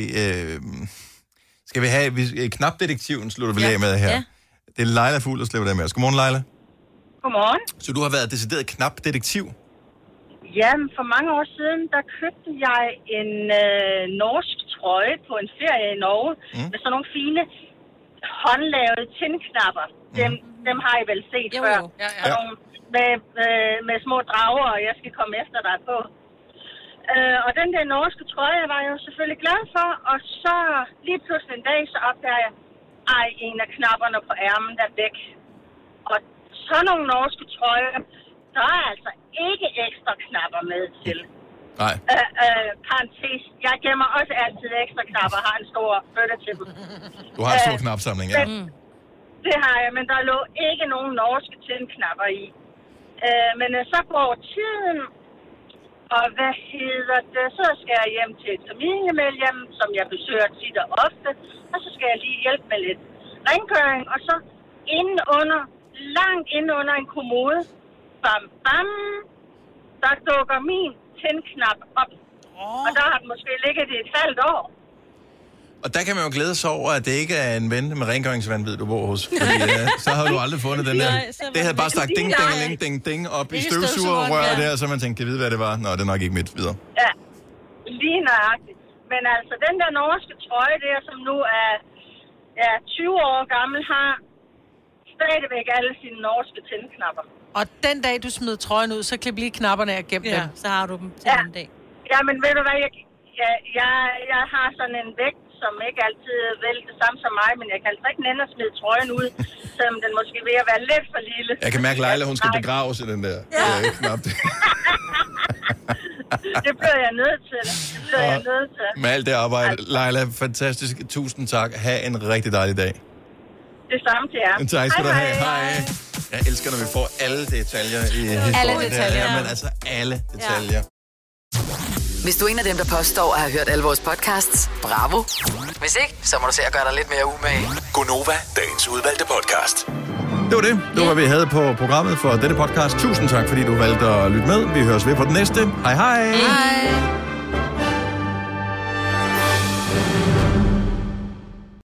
skal vi have... Knapdetektiven slutter vi af med her. Ja. Det er Leila Fugl, der slipper det med os. Godmorgen, Leila. Godmorgen. Så du har været decideret knapdetektiv? Jamen, for mange år siden, der købte jeg en norsk trøje på en ferie i Norge, med sådan nogle fine håndlavede tindknapper. Dem har I vel set før. Ja. Med små drager, og jeg skal komme efter dig på. Og den der norske trøje var jeg jo selvfølgelig glad for, og så lige pludselig en dag, så opdager jeg, en af knapperne på ærmen er væk. Og sådan nogle norske trøjer, der er altså ikke ekstra knapper med til. Nej. Parentes. Jeg gemmer også altid ekstra knapper og har en stor bøtte til dem. Du har en stor knapsamling, ja. Det har jeg, men der lå ikke nogen norske tindknapper i. Men så går tiden, og så skal jeg hjem til et familiemedlem, som jeg besøger tit og ofte, og så skal jeg lige hjælpe med lidt rengøring, og så langt inde under en kommode, bam, bam, der dukker min tændknap op. Og der har den måske ligget i et halvt år. Og der kan man jo glæde sig over, at det ikke er en ven med rengøringsvand, ved du hvor hos. Fordi så har du aldrig fundet den der. Det havde bare sagt ding, ding, ding, ding op i støvsugerrøret der, så man tænkte, kan vide, hvad det var? Nå, det er nok ikke mit videre. Ja, lige nøjagtigt. Men altså, den der norske trøje der, som nu er 20 år gammel, har stadigvæk alle sine norske tændknapper. Og den dag, du smider trøjen ud, så klip lige knapperne af gennem dem. Så har du dem til den dag. Ja, men ved du hvad, jeg har sådan en vægt, som ikke altid vel det samme som mig, men jeg kan altså ikke nænde at smide trøjen ud, selvom den måske ved at være lidt for lille. Jeg kan mærke, Leila, hun skal begraves i den der knap. Det bliver jeg nødt til. Med alt det arbejde. Leila, fantastisk. Tusind tak. Ha' en rigtig dejlig dag. Det samme til jer. Tak skal du have. Hej. Jeg elsker, når vi får alle detaljer i historien. Alle detaljer. Men altså alle detaljer. Hvis du er en af dem, der påstår at have hørt alle vores podcasts, bravo. Hvis ikke, så må du se at gøre dig lidt mere umage. Gonova, dagens udvalgte podcast. Det var det. Det var, hvad vi havde på programmet for denne podcast. Tusind tak, fordi du valgte at lytte med. Vi høres ved på den næste. Hej hej. Hej.